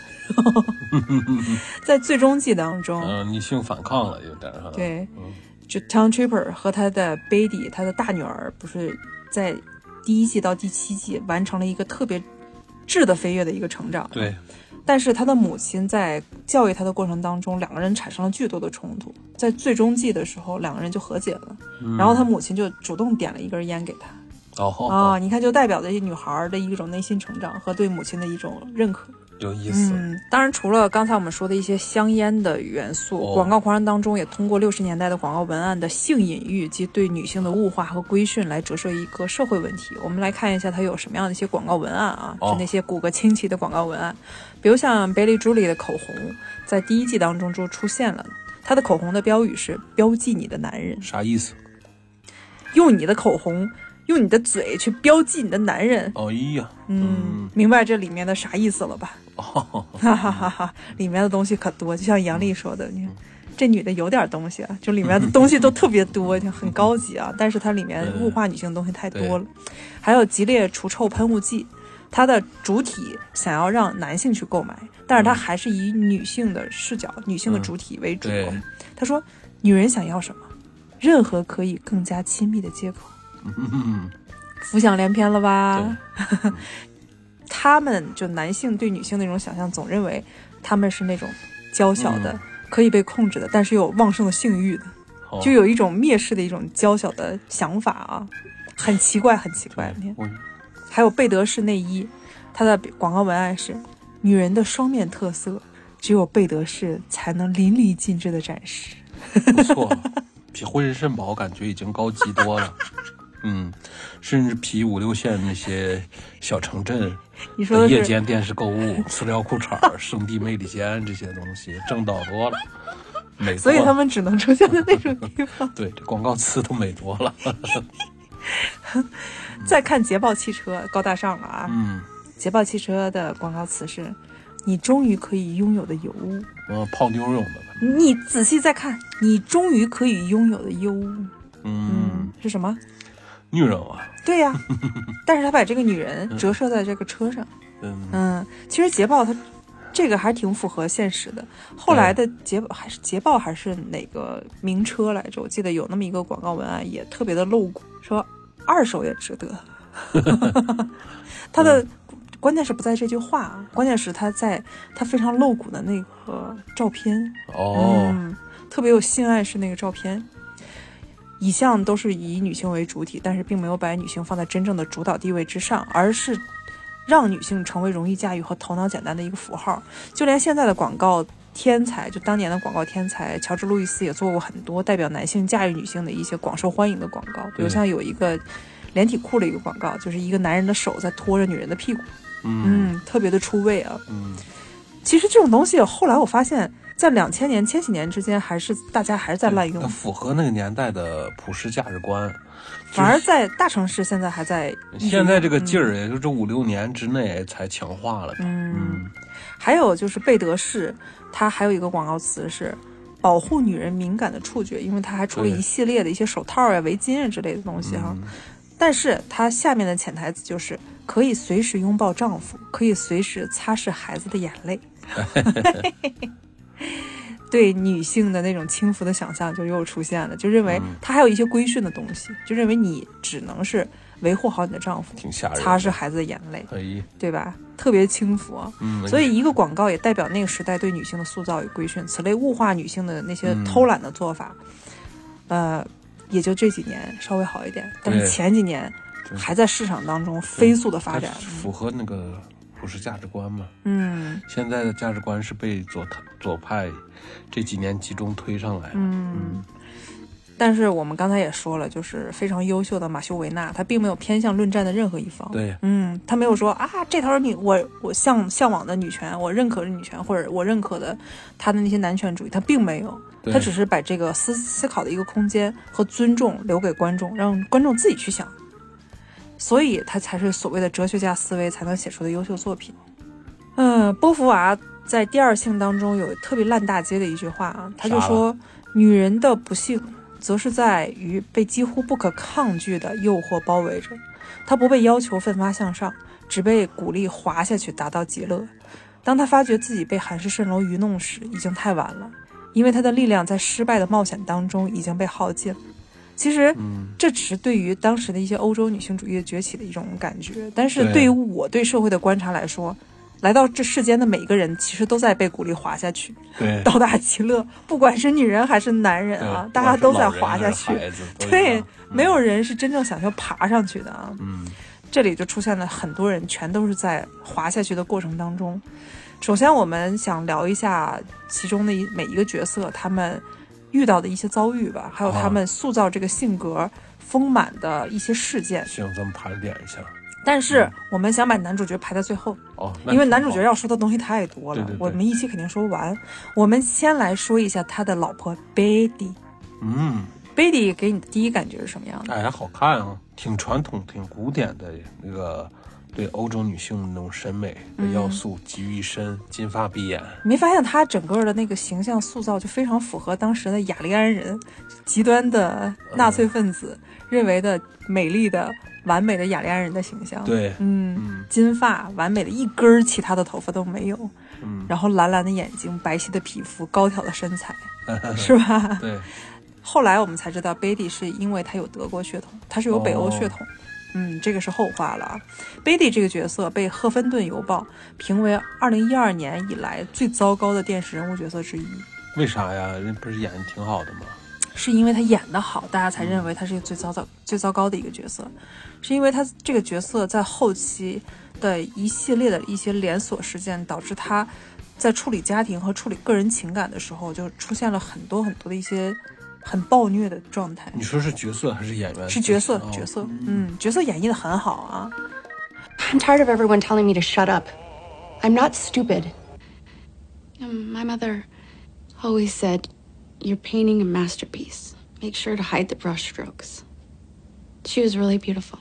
在最终季当中你性反抗了有点。 对，就 Town Tripper 和他的 Baby 他的大女儿不是在第一季到第7季完成了一个特别质的飞跃的一个成长。 对， 但是他的母亲在教育他的过程当中，两个人产生了巨多的冲突，在最终季的时候两个人就和解了，然后他母亲就主动点了一根烟给他。你看就代表着女孩的一种内心成长和对母亲的一种认可， 有意思。 当然除了刚才我们说的一些香烟的元素，广告狂人当中也通过60年代的广告文案的性隐喻及对女性的物化和规训来折射一个社会问题。我们来看一下它有什么样的一些广告文案啊，是那些骨骼清奇的广告文案。比如像 Bailey Julie 的口红在第一季当中就出现了，它的口红的标语是标记你的男人。 啥意思？ 用你的口红用你的嘴去标记你的男人。明白这里面的啥意思了吧？里面的东西可多，就像杨丽说的，你看这女的有点东西啊，就里面的东西都特别多，就很高级啊，但是它里面物化女性的东西太多了。还有激烈除臭喷雾剂，它的主体想要让男性去购买，但是它还是以女性的视角、女性的主体为主。他说女人想要什么？任何可以更加亲密的借口。浮想联翩了吧？他们就男性对女性那种想象，总认为他们是那种娇小的、可以被控制的，但是又有旺盛的性欲的，就有一种蔑视的一种娇小的想法啊，很奇怪，很奇怪。还有贝德士内衣，它的广告文案是女人的双面特色，只有贝德士才能淋漓尽致的展示。 不错，比惠氏肾宝感觉已经高级多了。甚至比5、6线那些小城镇的夜间电视购物、塑料裤衩、圣地魅力间这些东西正道多了，美多了。 所以他们只能出现在那种地方。 对，这广告词都美多了。 再看捷豹汽车，高大上了啊！捷豹汽车的广告词是：你终于可以拥有的尤物。 泡妞用的。 你仔细再看，你终于可以拥有的尤物。是什么？ 女人啊。 对呀，但是他把这个女人折射在这个车上。其实捷豹它这个还挺符合现实的。后来的捷豹还是哪个名车来着？我记得有那么一个广告文案也特别的露骨，说二手也值得。 他的关键是不在这句话，关键是他非常露骨的那个照片特别有性暗示那个照片，一向都是以女性为主体，但是并没有把女性放在真正的主导地位之上，而是让女性成为容易驾驭和头脑简单的一个符号。就连现在的广告天才，就当年的广告天才乔治·路易斯也做过很多代表男性驾驭女性的一些广受欢迎的广告，比如像有一个连体裤的一个广告，就是一个男人的手在拖着女人的屁股，特别的出位啊。其实这种东西后来我发现在2000年千禧年之间大家还是在滥用， 符合那个年代的普世价值观， 反而在大城市现在还在现在这个劲儿也就这5-6年之内才强化了。 还有就是贝德士，它还有一个广告词是保护女人敏感的触觉，因为它还出了一系列的一些手套呀、围巾啊之类的东西哈。但是它下面的潜台词就是可以随时拥抱丈夫，可以随时擦拭孩子的眼泪。对女性的那种轻浮的想象就又出现了，就认为它还有一些规训的东西，就认为你只能是维护好你的丈夫， 挺吓人的， 擦拭孩子的眼泪，对吧？特别轻浮所以一个广告也代表那个时代对女性的塑造与规训，此类物化女性的那些偷懒的做法也就这几年稍微好一点，但是前几年还在市场当中飞速的发展， 符合那个普世价值观嘛。现在的价值观是被左派这几年集中推上来了。 但是我们刚才也说了，就是非常优秀的马修维纳，他并没有偏向论战的任何一方。 对， 他没有说这头我向往的女权，我认可的女权，或者我认可的他的那些男权主义，他并没有，他只是把这个思考的一个空间和尊重留给观众，让观众自己去想，所以他才是所谓的哲学家思维才能写出的优秀作品。波伏娃在第二性当中有特别烂大街的一句话他就说女人的不幸则是在于被几乎不可抗拒的诱惑包围着，她不被要求奋发向上，只被鼓励滑下去达到极乐。当她发觉自己被海市蜃楼愚弄时，已经太晚了，因为她的力量在失败的冒险当中已经被耗尽。其实这只是对于当时的一些欧洲女性主义的崛起的一种感觉，但是对于我对社会的观察来说，来到这世间的每一个人其实都在被鼓励滑下去，到达极乐，不管是女人还是男人大家都在滑下去，对，没有人是真正想要爬上去的这里就出现了很多人全都是在滑下去的过程当中。首先我们想聊一下其中的每一个角色他们遇到的一些遭遇吧，还有他们塑造这个性格丰满的一些事件。 行，咱们盘点一下。 但是我们想把男主角排在最后因为男主角要说的东西太多了，我们一期肯定说不完。我们先来说一下他的老婆 Betty。Betty 给你的第一感觉是什么样的？ 好看挺传统挺古典的那个对欧洲女性的那种审美的要素集于一身，金发碧眼。 没发现他整个的那个形象塑造就非常符合当时的雅利安人，极端的纳粹分子认为的美丽的完美的雅利安人的形象。 对， 金发完美的一根其他的头发都没有，然后蓝蓝的眼睛，白皙的皮肤，高挑的身材是吧？ 对。 后来我们才知道 Betty 是因为他有德国血统，他是有北欧血统这个是后话了Betty 这个角色被赫芬顿邮报评为2012年以来最糟糕的电视人物角色之一。 为啥呀？人不是演得挺好的吗？ 是因为他演得好，大家才认为他是最糟糕的一个角色，是因为他这个角色在后期的一系列的一些连锁事件，导致他在处理家庭和处理个人情感的时候，就出现了很多很多的一些很暴虐的状态。 你说是角色还是演员？ 是角色，角色，角色演绎得很好啊。 I'm tired of everyone telling me to shut up. I'm not stupid. My mother always said, "You're painting a masterpiece. Make sure to hide the brushstrokes." She was really beautiful.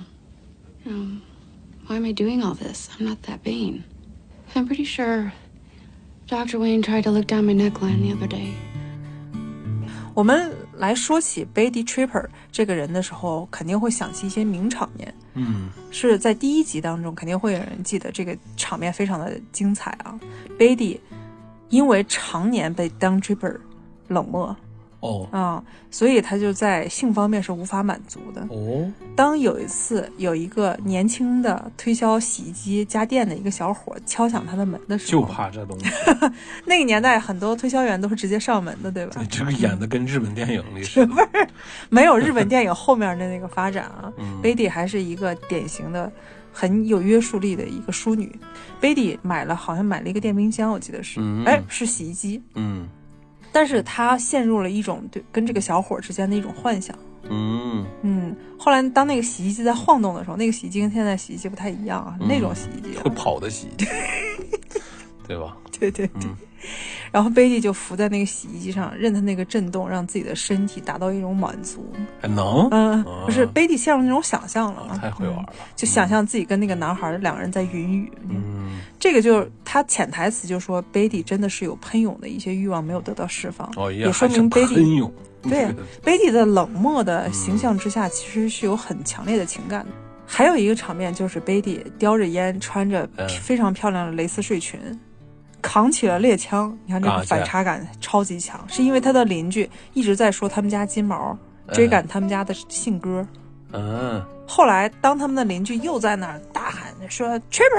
Why am I doing all this? I'm not that vain. I'm pretty sure Dr. Wayne tried to look down my neckline the other day. 我们来说起 Betty Tripper 这个人的时候，肯定会想起一些名场面。是在第一集当中，肯定会有人记得这个场面非常的精彩啊。Betty 因为常年被 Don Tripper 冷漠， 所以他就在性方面是无法满足的。当有一次有一个年轻的推销洗衣机家电的一个小伙敲响他的门的时候， 就怕这东西。 那个年代很多推销员都是直接上门的，对吧？ 对，这个演的跟日本电影里似的。 不是，没有日本电影后面的那个发展啊。Beatty 还是一个典型的很有约束力的一个淑女。Beatty 好像买了一个电冰箱，我记得是，是洗衣机。但是她陷入了一种跟这个小伙之间的一种幻想。后来当那个洗衣机在晃动的时候，那个洗衣机跟现在洗衣机不太一样啊，那种洗衣机会跑的洗衣机，对吧？ 对。然后Beatty就伏在那个洗衣机上，任它那个震动，让自己的身体达到一种满足。 还能？ 不是Beatty陷入那种想象了嘛？ 太会玩了， 就想象自己跟那个男孩两个人在云雨。这个就是他潜台词就说Beatty真的是有喷涌的一些欲望没有得到释放，也说明Beatty对Beatty 在冷漠的形象之下，其实是有很强烈的情感的。还有一个场面就是 Beatty 叼着烟，穿着非常漂亮的蕾丝睡裙。扛起了猎枪，你看这个反差感超级强，是因为他的邻居一直在说他们家金毛追赶他们家的信鸽。后来当他们的邻居又在那儿大喊说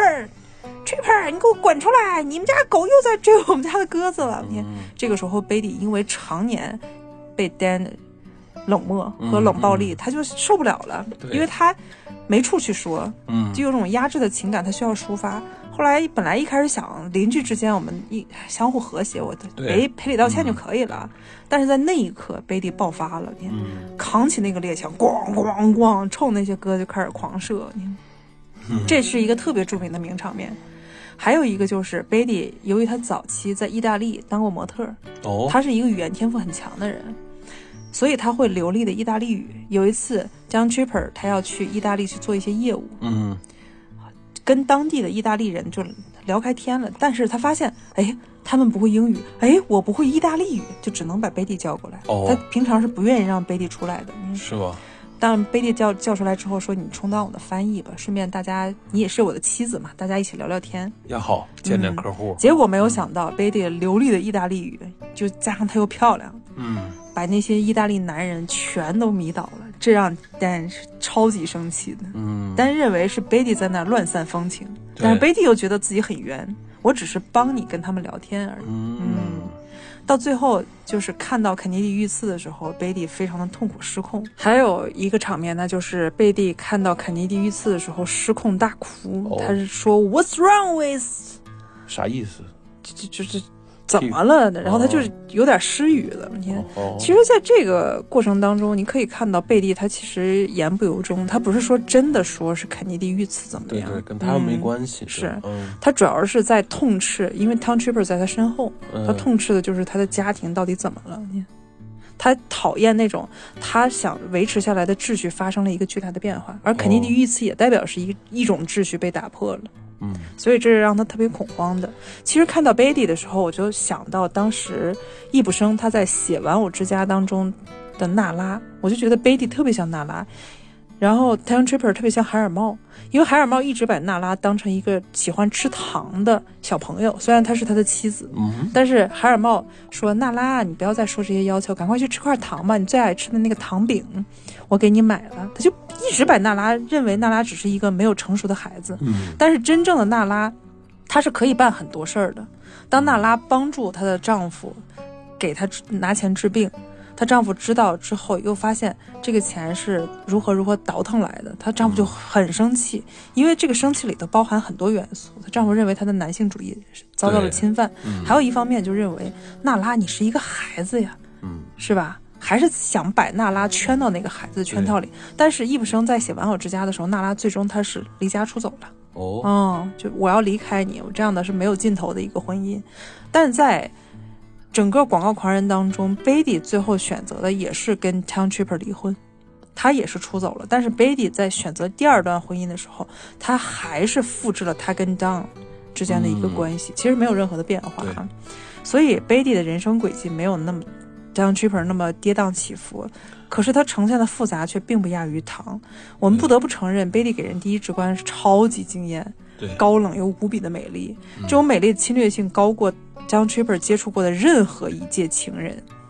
Tripper 你给我滚出来，你们家狗又在追我们家的鸽子了。你看这个时候Beatty因为常年被 Dan 冷漠和冷暴力，他就受不了了，因为他没处去说，就有种压制的情感，他需要抒发。后来本来一开始想邻居之间我们相互和谐，我赔礼道歉就可以了，但是在那一刻Beatty爆发了，扛起那个猎枪，咣咣咣，冲那些鸽就开始狂射。这是一个特别著名的名场面。还有一个就是Beatty由于他早期在意大利当过模特，他是一个语言天赋很强的人，所以他会流利的意大利语。有一次John Tripper 他要去意大利去做一些业务，跟当地的意大利人就聊开天了，但是他发现他们不会英语，我不会意大利语，就只能把Beatty叫过来。他平常是不愿意让Beatty出来的， 是吧？ 但Beatty叫出来之后说，你充当我的翻译吧，顺便你也是我的妻子嘛，大家一起聊聊天也好，见见客户。 结果没有想到Beatty流利的意大利语，就加上他又漂亮，把那些意大利男人全都迷倒了，这让Dan是超级生气的。Dan认为是Beatty在那乱散风情，但是Beatty又觉得自己很冤，我只是帮你跟他们聊天而已。到最后就是看到肯尼迪遇刺的时候，Beatty非常的痛苦失控。还有一个场面呢，就是Beatty看到肯尼迪遇刺的时候失控大哭，他是说 What's wrong with？ 啥意思？ 就是怎么了呢？然后他就是有点失语了。你看，其实在这个过程当中，你可以看到贝蒂他其实言不由衷，他不是说真的说是肯尼迪遇刺怎么样， 对，跟他没关系。 是，他主要是在痛斥，因为 Tom Tripper 在他身后，他痛斥的就是他的家庭到底怎么了。你看，他讨厌那种他想维持下来的秩序发生了一个巨大的变化，而肯尼迪遇刺也代表是一种秩序被打破了。所以这是让他特别恐慌的。其实看到 Beatty 的时候，我就想到当时易卜生他在写《玩偶之家》当中的娜拉，我就觉得 Beatty 特别像娜拉，然后 Tom Tripper 特别像海尔茂，因为海尔茂一直把娜拉当成一个喜欢吃糖的小朋友，虽然她是他的妻子，但是海尔茂说娜拉你不要再说这些要求，赶快去吃块糖吧，你最爱吃的那个糖饼我给你买了。他就一直把娜拉认为娜拉只是一个没有成熟的孩子，但是真正的娜拉她是可以办很多事儿的。当娜拉帮助她的丈夫给她拿钱治病，她丈夫知道之后又发现这个钱是如何倒腾来的，她丈夫就很生气，因为这个生气里头包含很多元素。她丈夫认为她的男性主义遭到了侵犯，还有一方面就认为娜拉你是一个孩子呀，是吧？还是想把娜拉圈到那个孩子的圈套里。但是易卜生在写《玩偶之家》的时候，娜拉最终她是离家出走了。就我要离开你，我这样的是没有尽头的一个婚姻。但在整个广告狂人当中， Beatty 最后选择的也是跟 Tom Tripper 离婚，他也是出走了。但是 Beatty 在选择第二段婚姻的时候，他还是复制了他跟 Don 之间的一个关系，其实没有任何的变化所以 Beatty 的人生轨迹没有那么Tom Tripper 那么跌宕起伏，可是他呈现的复杂却并不亚于糖。我们不得不承认Beatty给人第一直观是超级惊艳，高冷又无比的美丽，这种美丽的侵略性高过Tom Tripper接触过的任何一届情人。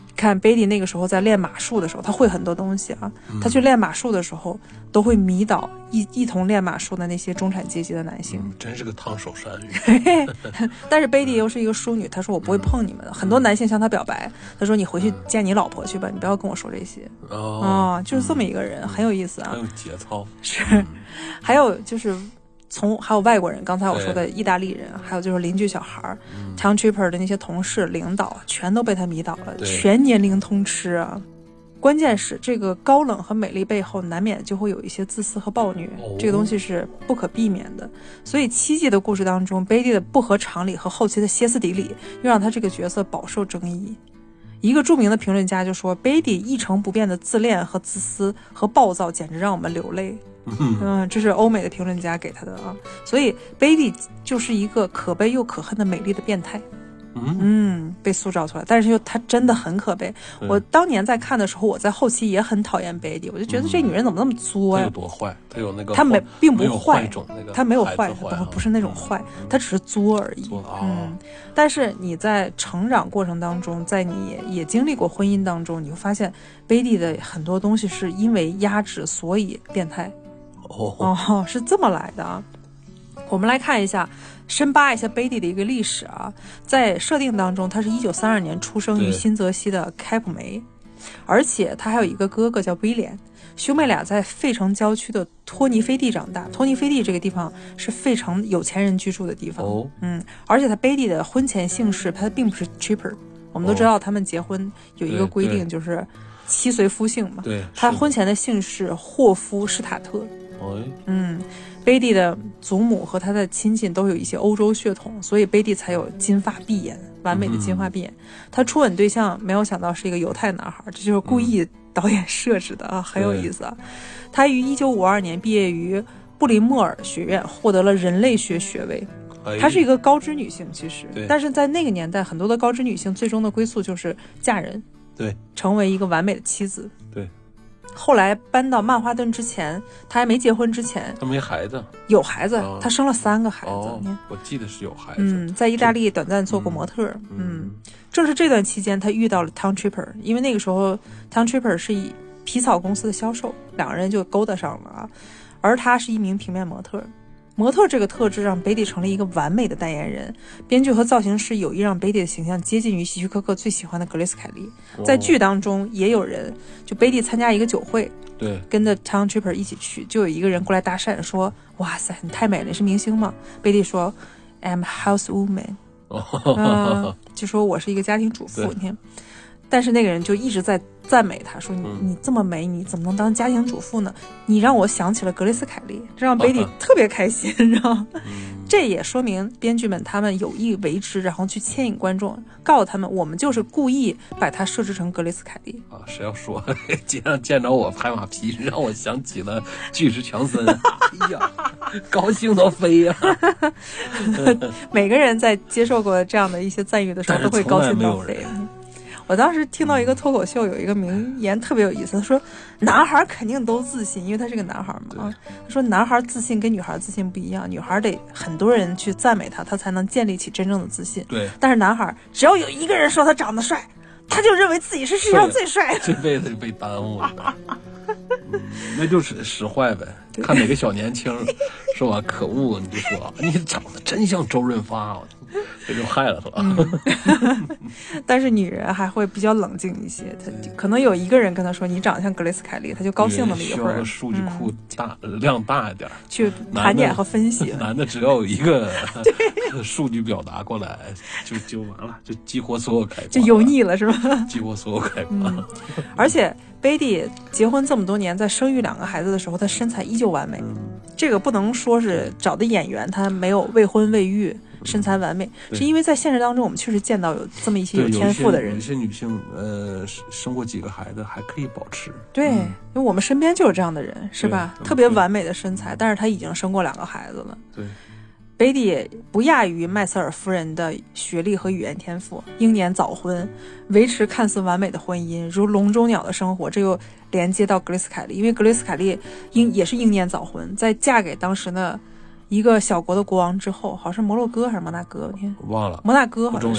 看 Beatty 那个时候在练马术的时候，他会很多东西啊。他去练马术的时候，都会迷倒一同练马术的那些中产阶级的男性。 真是个烫手山芋。 但是 Beatty 又是一个淑女，他说我不会碰你们的。很多男性向他表白，他说你回去见你老婆去吧，你不要跟我说这些。就是这么一个人，很有意思啊， 很有节操。 是，还有就是还有外国人，刚才我说的意大利人，还有就是邻居小孩，Town Tripper 的那些同事领导，全都被他迷倒了，全年龄通吃啊。关键是这个高冷和美丽背后难免就会有一些自私和暴虐，这个东西是不可避免的。所以7季的故事当中，Beatty的不合常理和后期的歇斯底里又让他这个角色饱受争议。一个著名的评论家就说 Beatty 一成不变的自恋和自私和暴躁简直让我们流泪。这是欧美的评论家给他的啊。所以 Beatty 就是一个可悲又可恨的美丽的变态。被塑造出来，但是他真的很可悲。我当年在看的时候，我在后期也很讨厌 Beatty， 我就觉得这女人怎么那么作呀？ 她有多坏？她有那个她并不坏， 她没有坏，不是那种坏，她只是作而已。但是你在成长过程当中，在你也经历过婚姻当中，你会发现 Beatty 的很多东西是因为压制所以变态。是这么来的啊。我们来看一下，深扒一下 Beatty 的一个历史啊。在设定当中，他是1932年出生于新泽西的开普梅，而且他还有一个哥哥叫威廉，兄妹俩在费城郊区的托尼菲蒂长大。托尼菲蒂这个地方是费城有钱人居住的地方。而且他 Beatty 的婚前姓氏他并不是 Tripper， 我们都知道他们结婚有一个规定，就是妻随夫姓嘛。他婚前的姓氏霍夫施塔特。Beatty 的祖母和他的亲戚都有一些欧洲血统，所以 Beatty 才有金发碧眼，完美的金发碧眼。他初吻对象没有想到是一个犹太男孩，这就是故意导演设置的啊，很有意思啊。他于1952年毕业于布林莫尔学院，获得了人类学学位。她是一个高知女性，其实，但是在那个年代，很多的高知女性最终的归宿就是嫁人，成为一个完美的妻子。后来搬到曼哈顿之前，他还没结婚之前， 他没孩子， 有孩子，他生了3个孩子。 我记得是有孩子。 在意大利短暂做过模特。正是这段期间，他遇到了 Town Tripper， 因为那个时候 Town Tripper 是以皮草公司的销售，2个人就勾搭上了啊。而他是一名平面模特。模特这个特质让 Beatty 成了一个完美的代言人，编剧和造型师有意让 Beatty 的形象接近于希区柯克最喜欢的格雷斯凯利。在剧当中也有人，就 Beatty 参加一个酒会，跟着 Town Tripper 一起去，就有一个人过来搭讪说，哇塞你太美了，你是明星吗？ Beatty 说 I'm housewoman， 就说我是一个家庭主妇。你看，但是那个人就一直在赞美他，说你这么美，你怎么能当家庭主妇呢？你让我想起了格雷斯凯利，这让 Beatty 特别开心，你知道吗？这也说明编剧们他们有意为之，然后去牵引观众，告诉他们我们就是故意把它设置成格雷斯凯利啊！谁要说街上见着我拍马屁，让我想起了巨石强森，哎呀，高兴到飞呀！ 每个人在接受过这样的一些赞誉的时候，都会高兴到飞。我当时听到一个脱口秀有一个名言特别有意思，他说男孩肯定都自信，因为他是个男孩嘛。他说男孩自信跟女孩自信不一样，女孩得很多人去赞美他，他才能建立起真正的自信。但是男孩只要有一个人说他长得帅，他就认为自己是世界上最帅的， 这辈子就被耽误了。那就是使坏呗，看哪个小年轻是吧？可恶，你就说你长得真像周润发，这就害了他。 但是女人还会比较冷静一些，她可能有一个人跟她说你长得像格雷斯凯利，她就高兴那么一会儿。 需要数据库量大一点， 去盘点和分析。 男的只要有一个数据表达过来，就完了，就激活所有开关， 就油腻了是吧？ 激活所有开关。 而且Beatty 结婚这么多年，在生育2个孩子的时候，她身材依旧完美。这个不能说是找的演员他没有未婚未育，身材完美，是因为在现实当中我们确实见到有这么一些有天赋的人。 有一些女性生过几个孩子还可以保持。 对，因为我们身边就有这样的人，是吧？特别完美的身材，但是她已经生过2个孩子了。 对。 Beatty 不亚于麦瑟尔夫人的学历和语言天赋，英年早婚，维持看似完美的婚姻，如笼中鸟的生活。这又连接到格雷斯凯利，因为格雷斯凯利也是英年早婚，在嫁给当时的一个小国的国王之后，好像是摩洛哥还是摩纳哥，你看忘了， 摩纳哥好像是，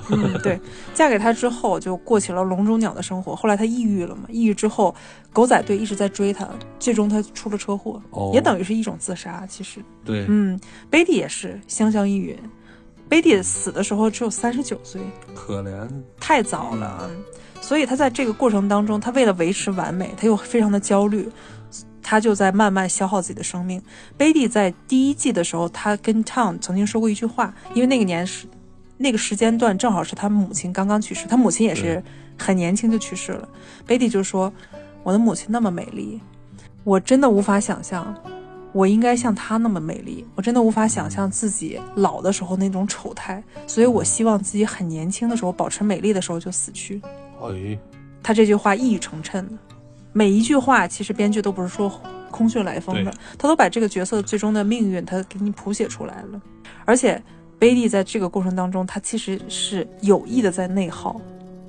对，嫁给他之后就过起了笼中鸟的生活。后来他抑郁了嘛，抑郁之后狗仔队一直在追他，最终他出了车祸，也等于是一种自杀。其实， 对， 贝蒂也是香香依云。贝蒂死的时候只有39岁， 可怜， 太早了。所以他在这个过程当中，他为了维持完美，他又非常的焦虑，他就在慢慢消耗自己的生命。贝蒂在第1季的时候，他跟 Tom 曾经说过一句话，因为那个时间段正好是他母亲刚刚去世，他母亲也是很年轻就去世了。贝蒂就说，我的母亲那么美丽，我真的无法想象我应该像她那么美丽，我真的无法想象自己老的时候那种丑态，所以我希望自己很年轻的时候保持美丽的时候就死去。他这句话一语成谶的，每一句话其实编剧都不是说空穴来风的，他都把这个角色最终的命运他给你谱写出来了。而且贝蒂在这个过程当中，他其实是有意的在内耗。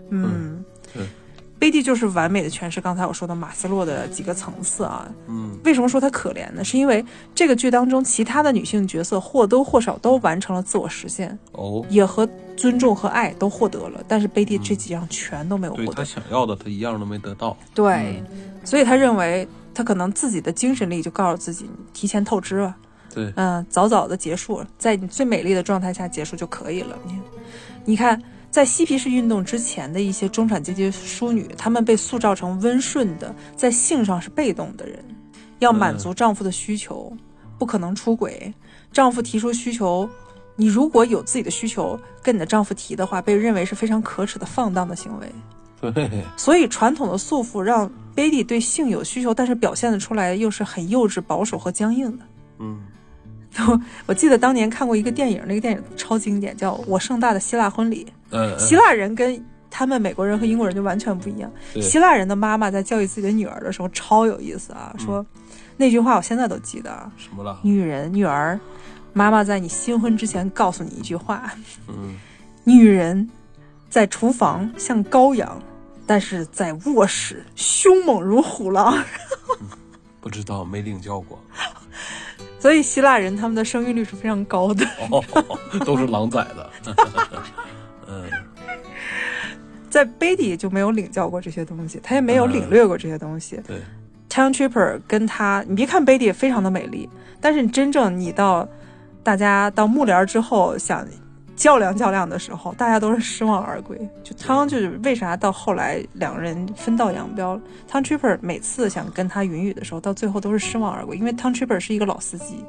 贝蒂就是完美的诠释刚才我说的马斯洛的几个层次啊。为什么说她可怜呢？是因为这个剧当中其他的女性角色或多或少都完成了自我实现，也和尊重和爱都获得了，但是贝蒂这几样全都没有获得。 对，她想要的她一样都没得到。 对，所以她认为她可能自己的精神力就告诉自己，你提前透支了。 对， 早早的结束，在你最美丽的状态下结束就可以了。你看。在嬉皮士运动之前的一些中产阶级淑女，她们被塑造成温顺的，在性上是被动的人，要满足丈夫的需求，不可能出轨。丈夫提出需求，你如果有自己的需求跟你的丈夫提的话，被认为是非常可耻的放荡的行为。 对， 所以传统的束缚让贝蒂对性有需求，但是表现得出来又是很幼稚、保守和僵硬的。我记得当年看过一个电影，那个电影超经典，叫《我盛大的希腊婚礼》。希腊人跟他们美国人和英国人就完全不一样。希腊人的妈妈在教育自己的女儿的时候超有意思啊，说那句话我现在都记得。 什么了？ 女儿，妈妈在你新婚之前告诉你一句话，女人在厨房像羔羊，但是在卧室凶猛如虎狼。 不知道，没领教过。 所以希腊人他们的生育率是非常高的。 都是狼崽的。 在贝蒂就没有领教过这些东西，他也没有领略过这些东西。 对 Town Tripper 跟他，你别看贝蒂非常的美丽，但是真正你大家到幕帘之后想较量较量的时候，大家都是失望而归。就汤就是为啥到后来两个人分道扬镳，汤 Tripper 每次想跟他云雨的时候，到最后都是失望而归，因为汤 Tripper 是一个老司机。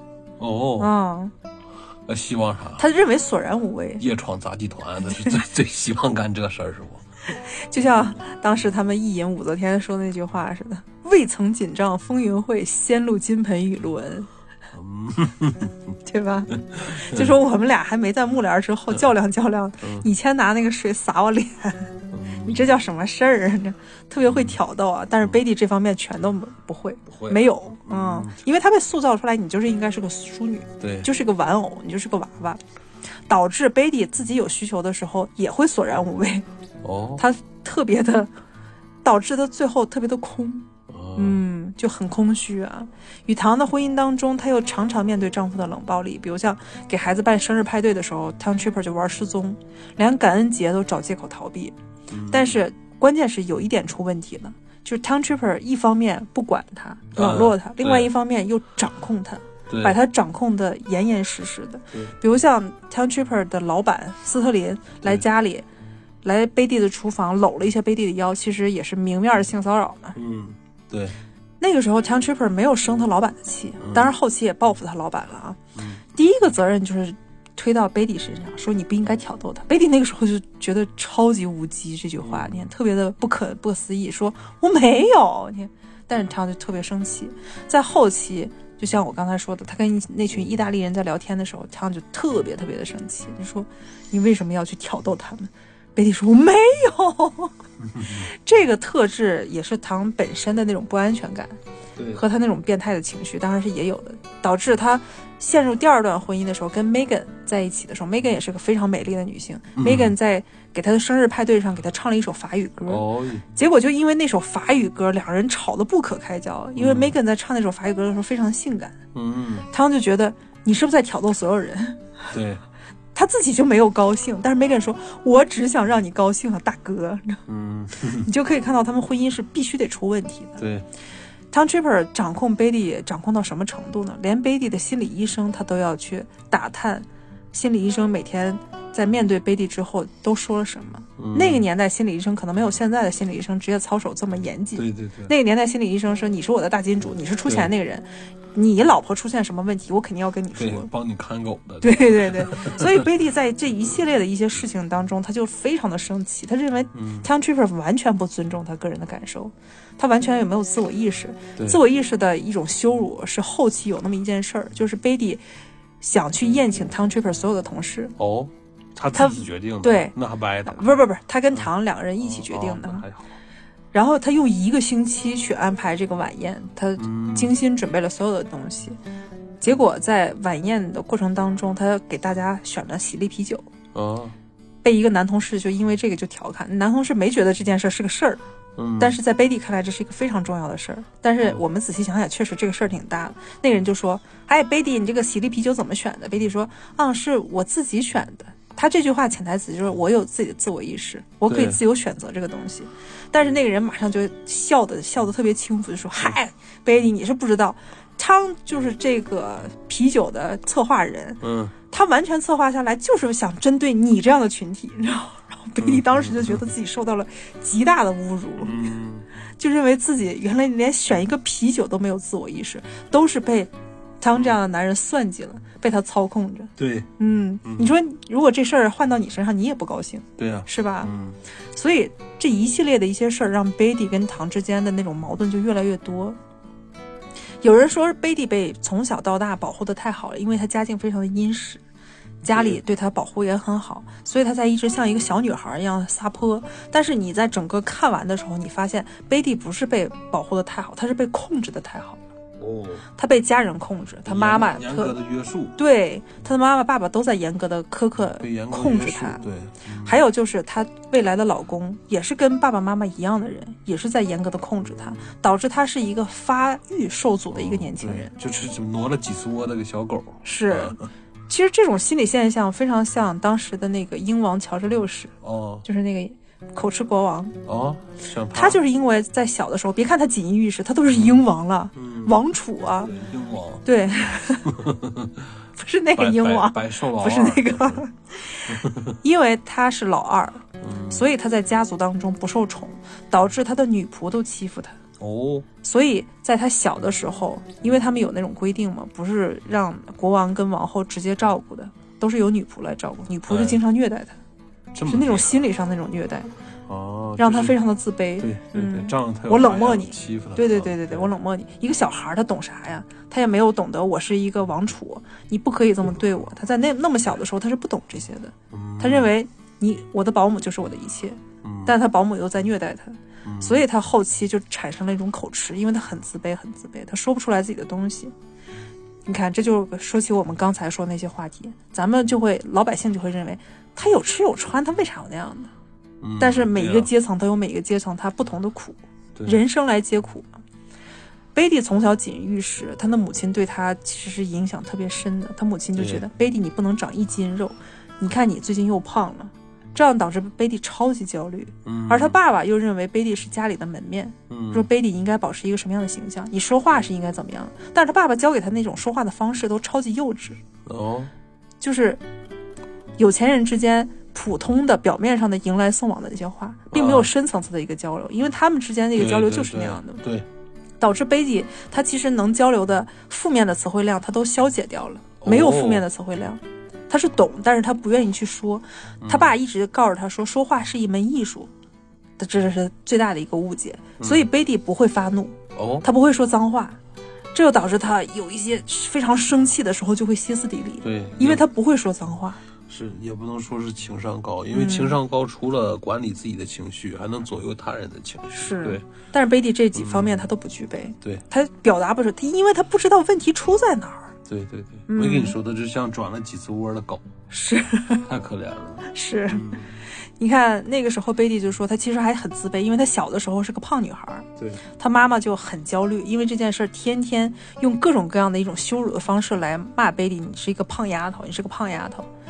希望啥？ 他认为索然无味。 夜闯杂技团，他是最希望干这事儿，是不？ 就像当时他们意淫武则天说那句话似的，未曾紧张风云会，先录金盆雨露恩。对吧？就说我们俩还没在幕帘之后较量较量，你先拿那个水洒我脸，你这叫什么事儿？特别会挑逗啊！但是贝蒂这方面全都不会，没有，因为他被塑造出来，你就是应该是个淑女， 对， 就是个玩偶，你就是个娃娃，导致贝蒂自己有需求的时候也会索然无味。他特别的，导致他最后特别的空。就很空虚啊。与唐的婚姻当中，她又常常面对丈夫的冷暴力，比如像给孩子办生日派对的时候 Town Tripper 就玩失踪，连感恩节都找借口逃避。但是关键是有一点出问题了，就是 Town Tripper 一方面不管他，冷落他，另外一方面又掌控他，把他掌控的严严实实的。比如像 Town Tripper 的老板斯特林来家里，来贝蒂的厨房搂了一下贝蒂的腰，其实也是明面的性骚扰嘛。 对， 那个时候 Town Tripper 没有生他老板的气，当然后期也报复他老板了啊。第一个责任就是推到贝蒂身上，说你不应该挑逗他。贝蒂那个时候就觉得超级无稽，这句话你看特别的不可思议，说我没有你看，但是 Town 就特别生气。在后期就像我刚才说的，他跟那群意大利人在聊天的时候， Town 就特别的生气，就说你为什么要去挑逗他们？贝蒂说我没有。这个特质也是唐本身的那种不安全感和他那种变态的情绪当然是也有的，导致他陷入第二段婚姻的时候跟 Megan 在一起的时候， Megan 也是个非常美丽的女性。Megan 在给他的生日派对上给他唱了一首法语歌，结果就因为那首法语歌两人吵得不可开交，因为 Megan 在唱那首法语歌的时候非常性感，他们就觉得你是不是在挑逗所有人？ 对， 他自己就没有高兴，但是 Megan 说我只想让你高兴啊，大哥。你就可以看到他们婚姻是必须得出问题的。 对， Tom Tripper 掌控 Beatty 掌控到什么程度呢？连 Beatty 的心理医生他都要去打探心理医生每天在面对 Beatty 之后都说了什么。那个年代心理医生可能没有现在的心理医生职业操守这么严谨。 对对对， 那个年代心理医生说你是我的大金主，你是出钱那个人，你老婆出现什么问题我肯定要跟你说， 帮你看狗的。 对对对，所以 Beatty 在这一系列的一些事情当中他就非常的生气，他认为 Tom Tripper 完全不尊重他个人的感受，他完全有没有自我意识。自我意识的一种羞辱是后期有那么一件事儿，就是 Beatty 想去宴请 Tom Tripper 所有的同事。 他自己决定的。 对， 那还不挨打？ 不是，他跟唐两个人一起决定的。 还好。 然后他用1个星期去安排这个晚宴，他精心准备了所有的东西。结果在晚宴的过程当中，他给大家选了喜力啤酒。被一个男同事就因为这个就调侃，男同事没觉得这件事是个事儿。但是在 Beatty 看来这是一个非常重要的事儿，但是我们仔细想想确实这个事儿挺大的。那个人就说Beatty 你这个喜力啤酒怎么选的？ Beatty 说是我自己选的。他这句话潜台词就是我有自己的自我意识，我可以自由选择这个东西。但是那个人马上就笑得特别轻浮，就说Beatty 你是不知道，汤就是这个啤酒的策划人，他完全策划下来就是想针对你这样的群体，你知道吗？然后Beatty当时就觉得自己受到了极大的侮辱，就认为自己原来连选一个啤酒都没有自我意识，都是被汤这样的男人算计了，被他操控着。 对， 你说如果这事儿换到你身上，你也不高兴， 对啊， 是吧？所以这一系列的一些事儿，让 Beatty 跟唐之间的那种矛盾就越来越多。有人说 Beatty 被从小到大保护的太好了，因为他家境非常的殷实，家里对他保护也很好，所以他才一直像一个小女孩一样撒泼。但是你在整个看完的时候，你发现 Beatty 不是被保护的太好，他是被控制的太好。他被家人控制，他妈妈严格的约束， 对，他的妈妈爸爸都在严格的苛刻控制他。 对， 还有就是他未来的老公也是跟爸爸妈妈一样的人，也是在严格的控制他，导致他是一个发育受阻的一个年轻人， 就是挪了几次窝那个小狗。 是，其实这种心理现象非常像当时的那个英王乔治6世，就是那个口吃国王。 像他就是因为在小的时候，别看他锦衣玉食，他都是英王了，王储啊， 英王， 对，不是那个英王， 白瘦老二， 不是那个，因为他是老二，所以他在家族当中不受宠，导致他的女仆都欺负他。所以在他小的时候，因为他们有那种规定嘛，不是让国王跟王后直接照顾的，都是由女仆来照顾，女仆就经常虐待他，是那种心理上那种虐待。让他非常的自卑。 对，这样他我冷漠你， 欺负他。 对，我冷漠你。一个小孩他懂啥呀？他也没有懂得我是一个王储，你不可以这么对我。他在那么小的时候他是不懂这些的，他认为我的保姆就是我的一切，但他保姆又在虐待他，所以他后期就产生了一种口吃，因为他很自卑，他说不出来自己的东西。你看，这就说起我们刚才说那些话题，咱们老百姓就会认为他有吃有穿，他为啥有那样的？但是每一个阶层都有每一个阶层他不同的苦，人生来皆苦。Beatty 从小锦衣玉食，他的母亲对他其实是影响特别深的。他母亲就觉得 Beatty 你不能长1斤肉，你看你最近又胖了，这样导致 Beatty 超级焦虑。而他爸爸又认为 Beatty 是家里的门面，说 Beatty 应该保持一个什么样的形象，你说话是应该怎么样。但是他爸爸教给他那种说话的方式都超级幼稚，就是有钱人之间普通的表面上的迎来送往的那些话，并没有深层次的一个交流，因为他们之间那个交流就是那样的。 对， 导致Beatty他其实能交流的负面的词汇量他都消解掉了，没有负面的词汇量。他是懂，但是他不愿意去说。他爸一直告诉他说话是一门艺术，这是最大的一个误解。所以Beatty不会发怒，他不会说脏话，这就导致他有一些非常生气的时候就会歇斯底里。 对， 因为他不会说脏话。 是，也不能说是情商高，因为情商高除了管理自己的情绪，还能左右他人的情绪。 是， 对。 但是Beatty这几方面他都不具备。 对， 他表达不出，因为他不知道问题出在哪儿。 对，我跟你说的，就像转了几次窝的狗， 是太可怜了。 是，你看那个时候Beatty就说他其实还很自卑，因为他小的时候是个胖女孩。 对， 他妈妈就很焦虑，因为这件事天天用各种各样的一种羞辱的方式来骂Beatty，你是一个胖丫头，你是个胖丫头。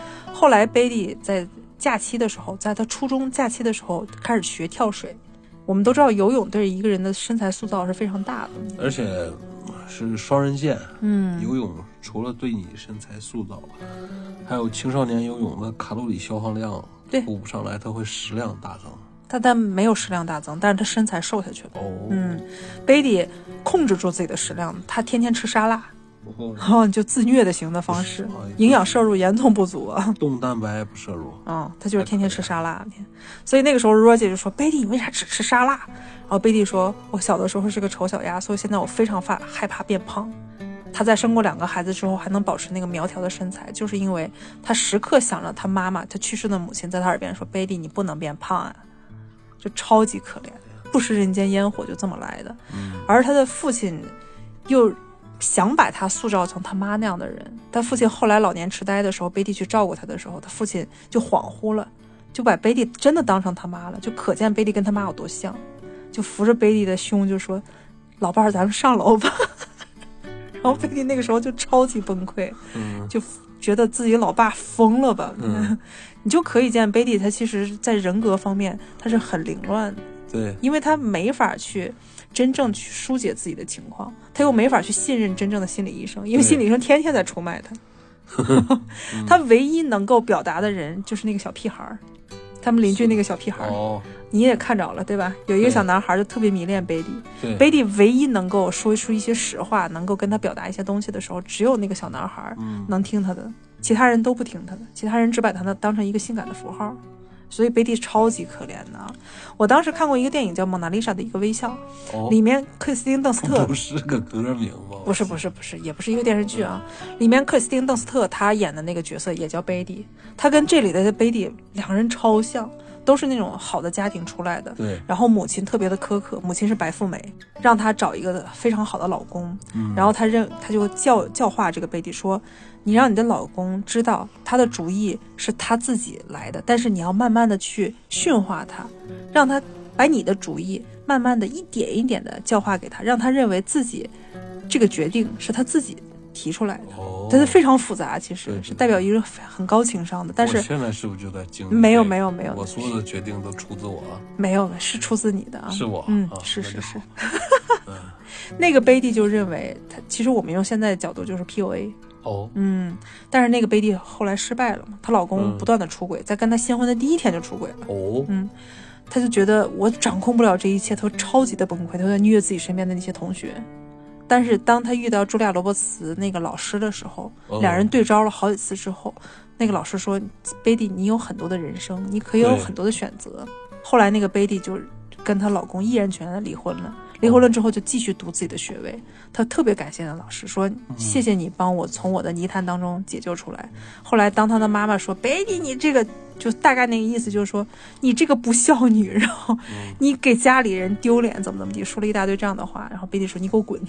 后来贝蒂在假期的时候，在他初中假期的时候开始学跳水。我们都知道游泳对一个人的身材塑造是非常大的， 而且是双刃剑。游泳除了对你身材塑造，还有青少年游泳的卡路里消耗量补不上来，它会食量大增。 但没有食量大增，但是他身材瘦下去了。贝蒂控制住自己的食量，他天天吃沙拉。就自虐的型的方式，营养摄入严重不足啊， 动蛋白不摄入。 他就是天天吃沙拉。所以那个时候若姐就说：“贝蒂，你为啥只吃沙拉？”然后贝蒂说：“我小的时候是个丑小鸭，所以现在我非常害怕变胖。”他在生过2个孩子之后还能保持那个苗条的身材，就是因为他时刻想着他妈妈，他去世的母亲在他耳边说：“贝蒂，你不能变胖啊！”就超级可怜，不食人间烟火就这么来的。而他的父亲又想把他塑造成他妈那样的人。他父亲后来老年痴呆的时候，贝蒂去照顾他的时候，他父亲就恍惚了，就把贝蒂真的当成他妈了，就可见贝蒂跟他妈有多像，就扶着贝蒂的胸就说：“老伴儿，咱们上楼吧。”然后贝蒂那个时候就超级崩溃，就觉得自己老爸疯了吧。你就可以见贝蒂他其实在人格方面他是很凌乱的。 对， 因为他没法去真正去疏解自己的情况，他又没法去信任真正的心理医生，因为心理医生天天在出卖他。他唯一能够表达的人就是那个小屁孩，他们邻居那个小屁孩，你也看着了对吧？有一个小男孩就特别迷恋贝蒂，贝蒂唯一能够说出一些实话，能够跟他表达一些东西的时候，只有那个小男孩能听他的，其他人都不听他的，其他人只把他当成一个性感的符号。所以贝蒂超级可怜的。我当时看过一个电影叫《蒙娜丽莎的一个微笑》，里面克里斯汀·邓斯特不是个歌名吗？ 不是，也不是一个电视剧啊。里面克里斯汀·邓斯特他演的那个角色也叫贝蒂，他跟这里的贝蒂2个人超像，都是那种好的家庭出来的。 对。 然后母亲特别的苛刻，母亲是白富美，让他找一个非常好的老公。然后他就教化这个贝蒂说：“你让你的老公知道他的主意是他自己来的，但是你要慢慢的去驯化他，让他把你的主意慢慢的一点一点的教化给他，让他认为自己这个决定是他自己提出来的。”但是非常复杂，其实是代表一个很高情商的。但是我现在是不是就在经历？ 没有， 我所有的决定都出自我。 没有，是出自你的啊。 是我。 是。那个贝蒂就认为他，其实我们用现在的角度就是 PUA。但是那个贝蒂后来失败了嘛，她老公不断的出轨，在跟她新婚的第1天就出轨了。她就觉得我掌控不了这一切，她超级的崩溃，她在虐自己身边的那些同学。但是当她遇到茱莉亚·罗伯茨那个老师的时候，2人对招了好几次之后，那个老师说：“贝蒂，你有很多的人生，你可以有很多的选择。”后来那个贝蒂就跟她老公毅然决然的离婚了。离婚了之后就继续读自己的学位，她特别感谢那老师，说谢谢你帮我从我的泥潭当中解救出来。后来当她的妈妈说贝蒂你这个，就大概那个意思就是说你这个不孝女，然后你给家里人丢脸怎么地，说了一大堆这样的话，然后贝蒂说你给我滚。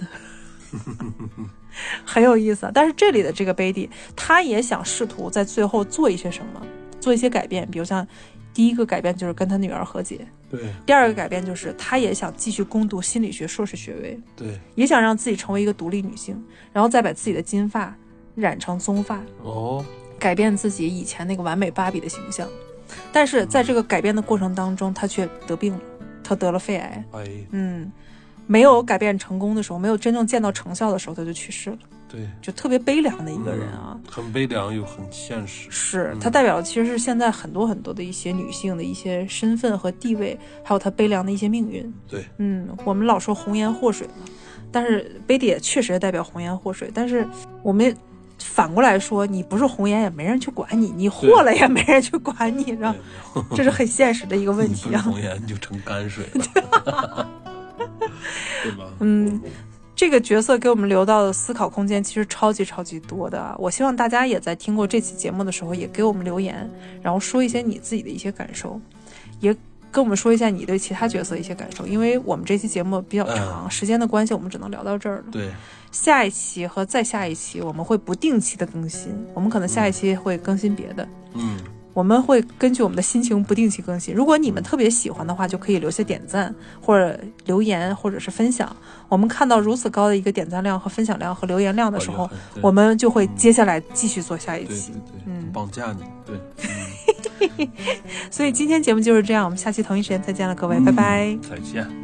很有意思。但是这里的这个贝蒂她也想试图在最后做一些什么，做一些改变，比如像第一个改变就是跟他女儿和解， 对。 第2个改变就是他也想继续攻读心理学硕士学位， 对， 也想让自己成为一个独立女性，然后再把自己的金发染成棕发，改变自己以前那个完美芭比的形象。但是在这个改变的过程当中，他却得病了，他得了肺癌。没有改变成功的时候，没有真正见到成效的时候，他就去世了。 对， 就特别悲凉的一个人啊， 很悲凉又很现实。 是，它代表其实是现在很多很多的一些女性的一些身份和地位，还有她悲凉的一些命运。 对， 我们老说红颜祸水嘛，但是贝蒂也确实代表红颜祸水，但是我们反过来说，你不是红颜也没人去管你，你祸了也没人去管你，然后这是很现实的一个问题啊。 红颜就成泔水了，对吧？ 这个角色给我们留到的思考空间其实超级超级多的。我希望大家也在听过这期节目的时候也给我们留言，然后说一些你自己的一些感受，也跟我们说一下你对其他角色一些感受，因为我们这期节目比较长，时间的关系我们只能聊到这儿了。 对， 下一期和再下一期我们会不定期的更新，我们可能下一期会更新别的。 我们会根据我们的心情不定期更新。如果你们特别喜欢的话，就可以留下点赞或者留言或者是分享。我们看到如此高的一个点赞量和分享量和留言量的时候，我们就会接下来继续做下一期。 绑架你，对。 所以今天节目就是这样，我们下期同一时间再见了，各位，拜拜， 再见。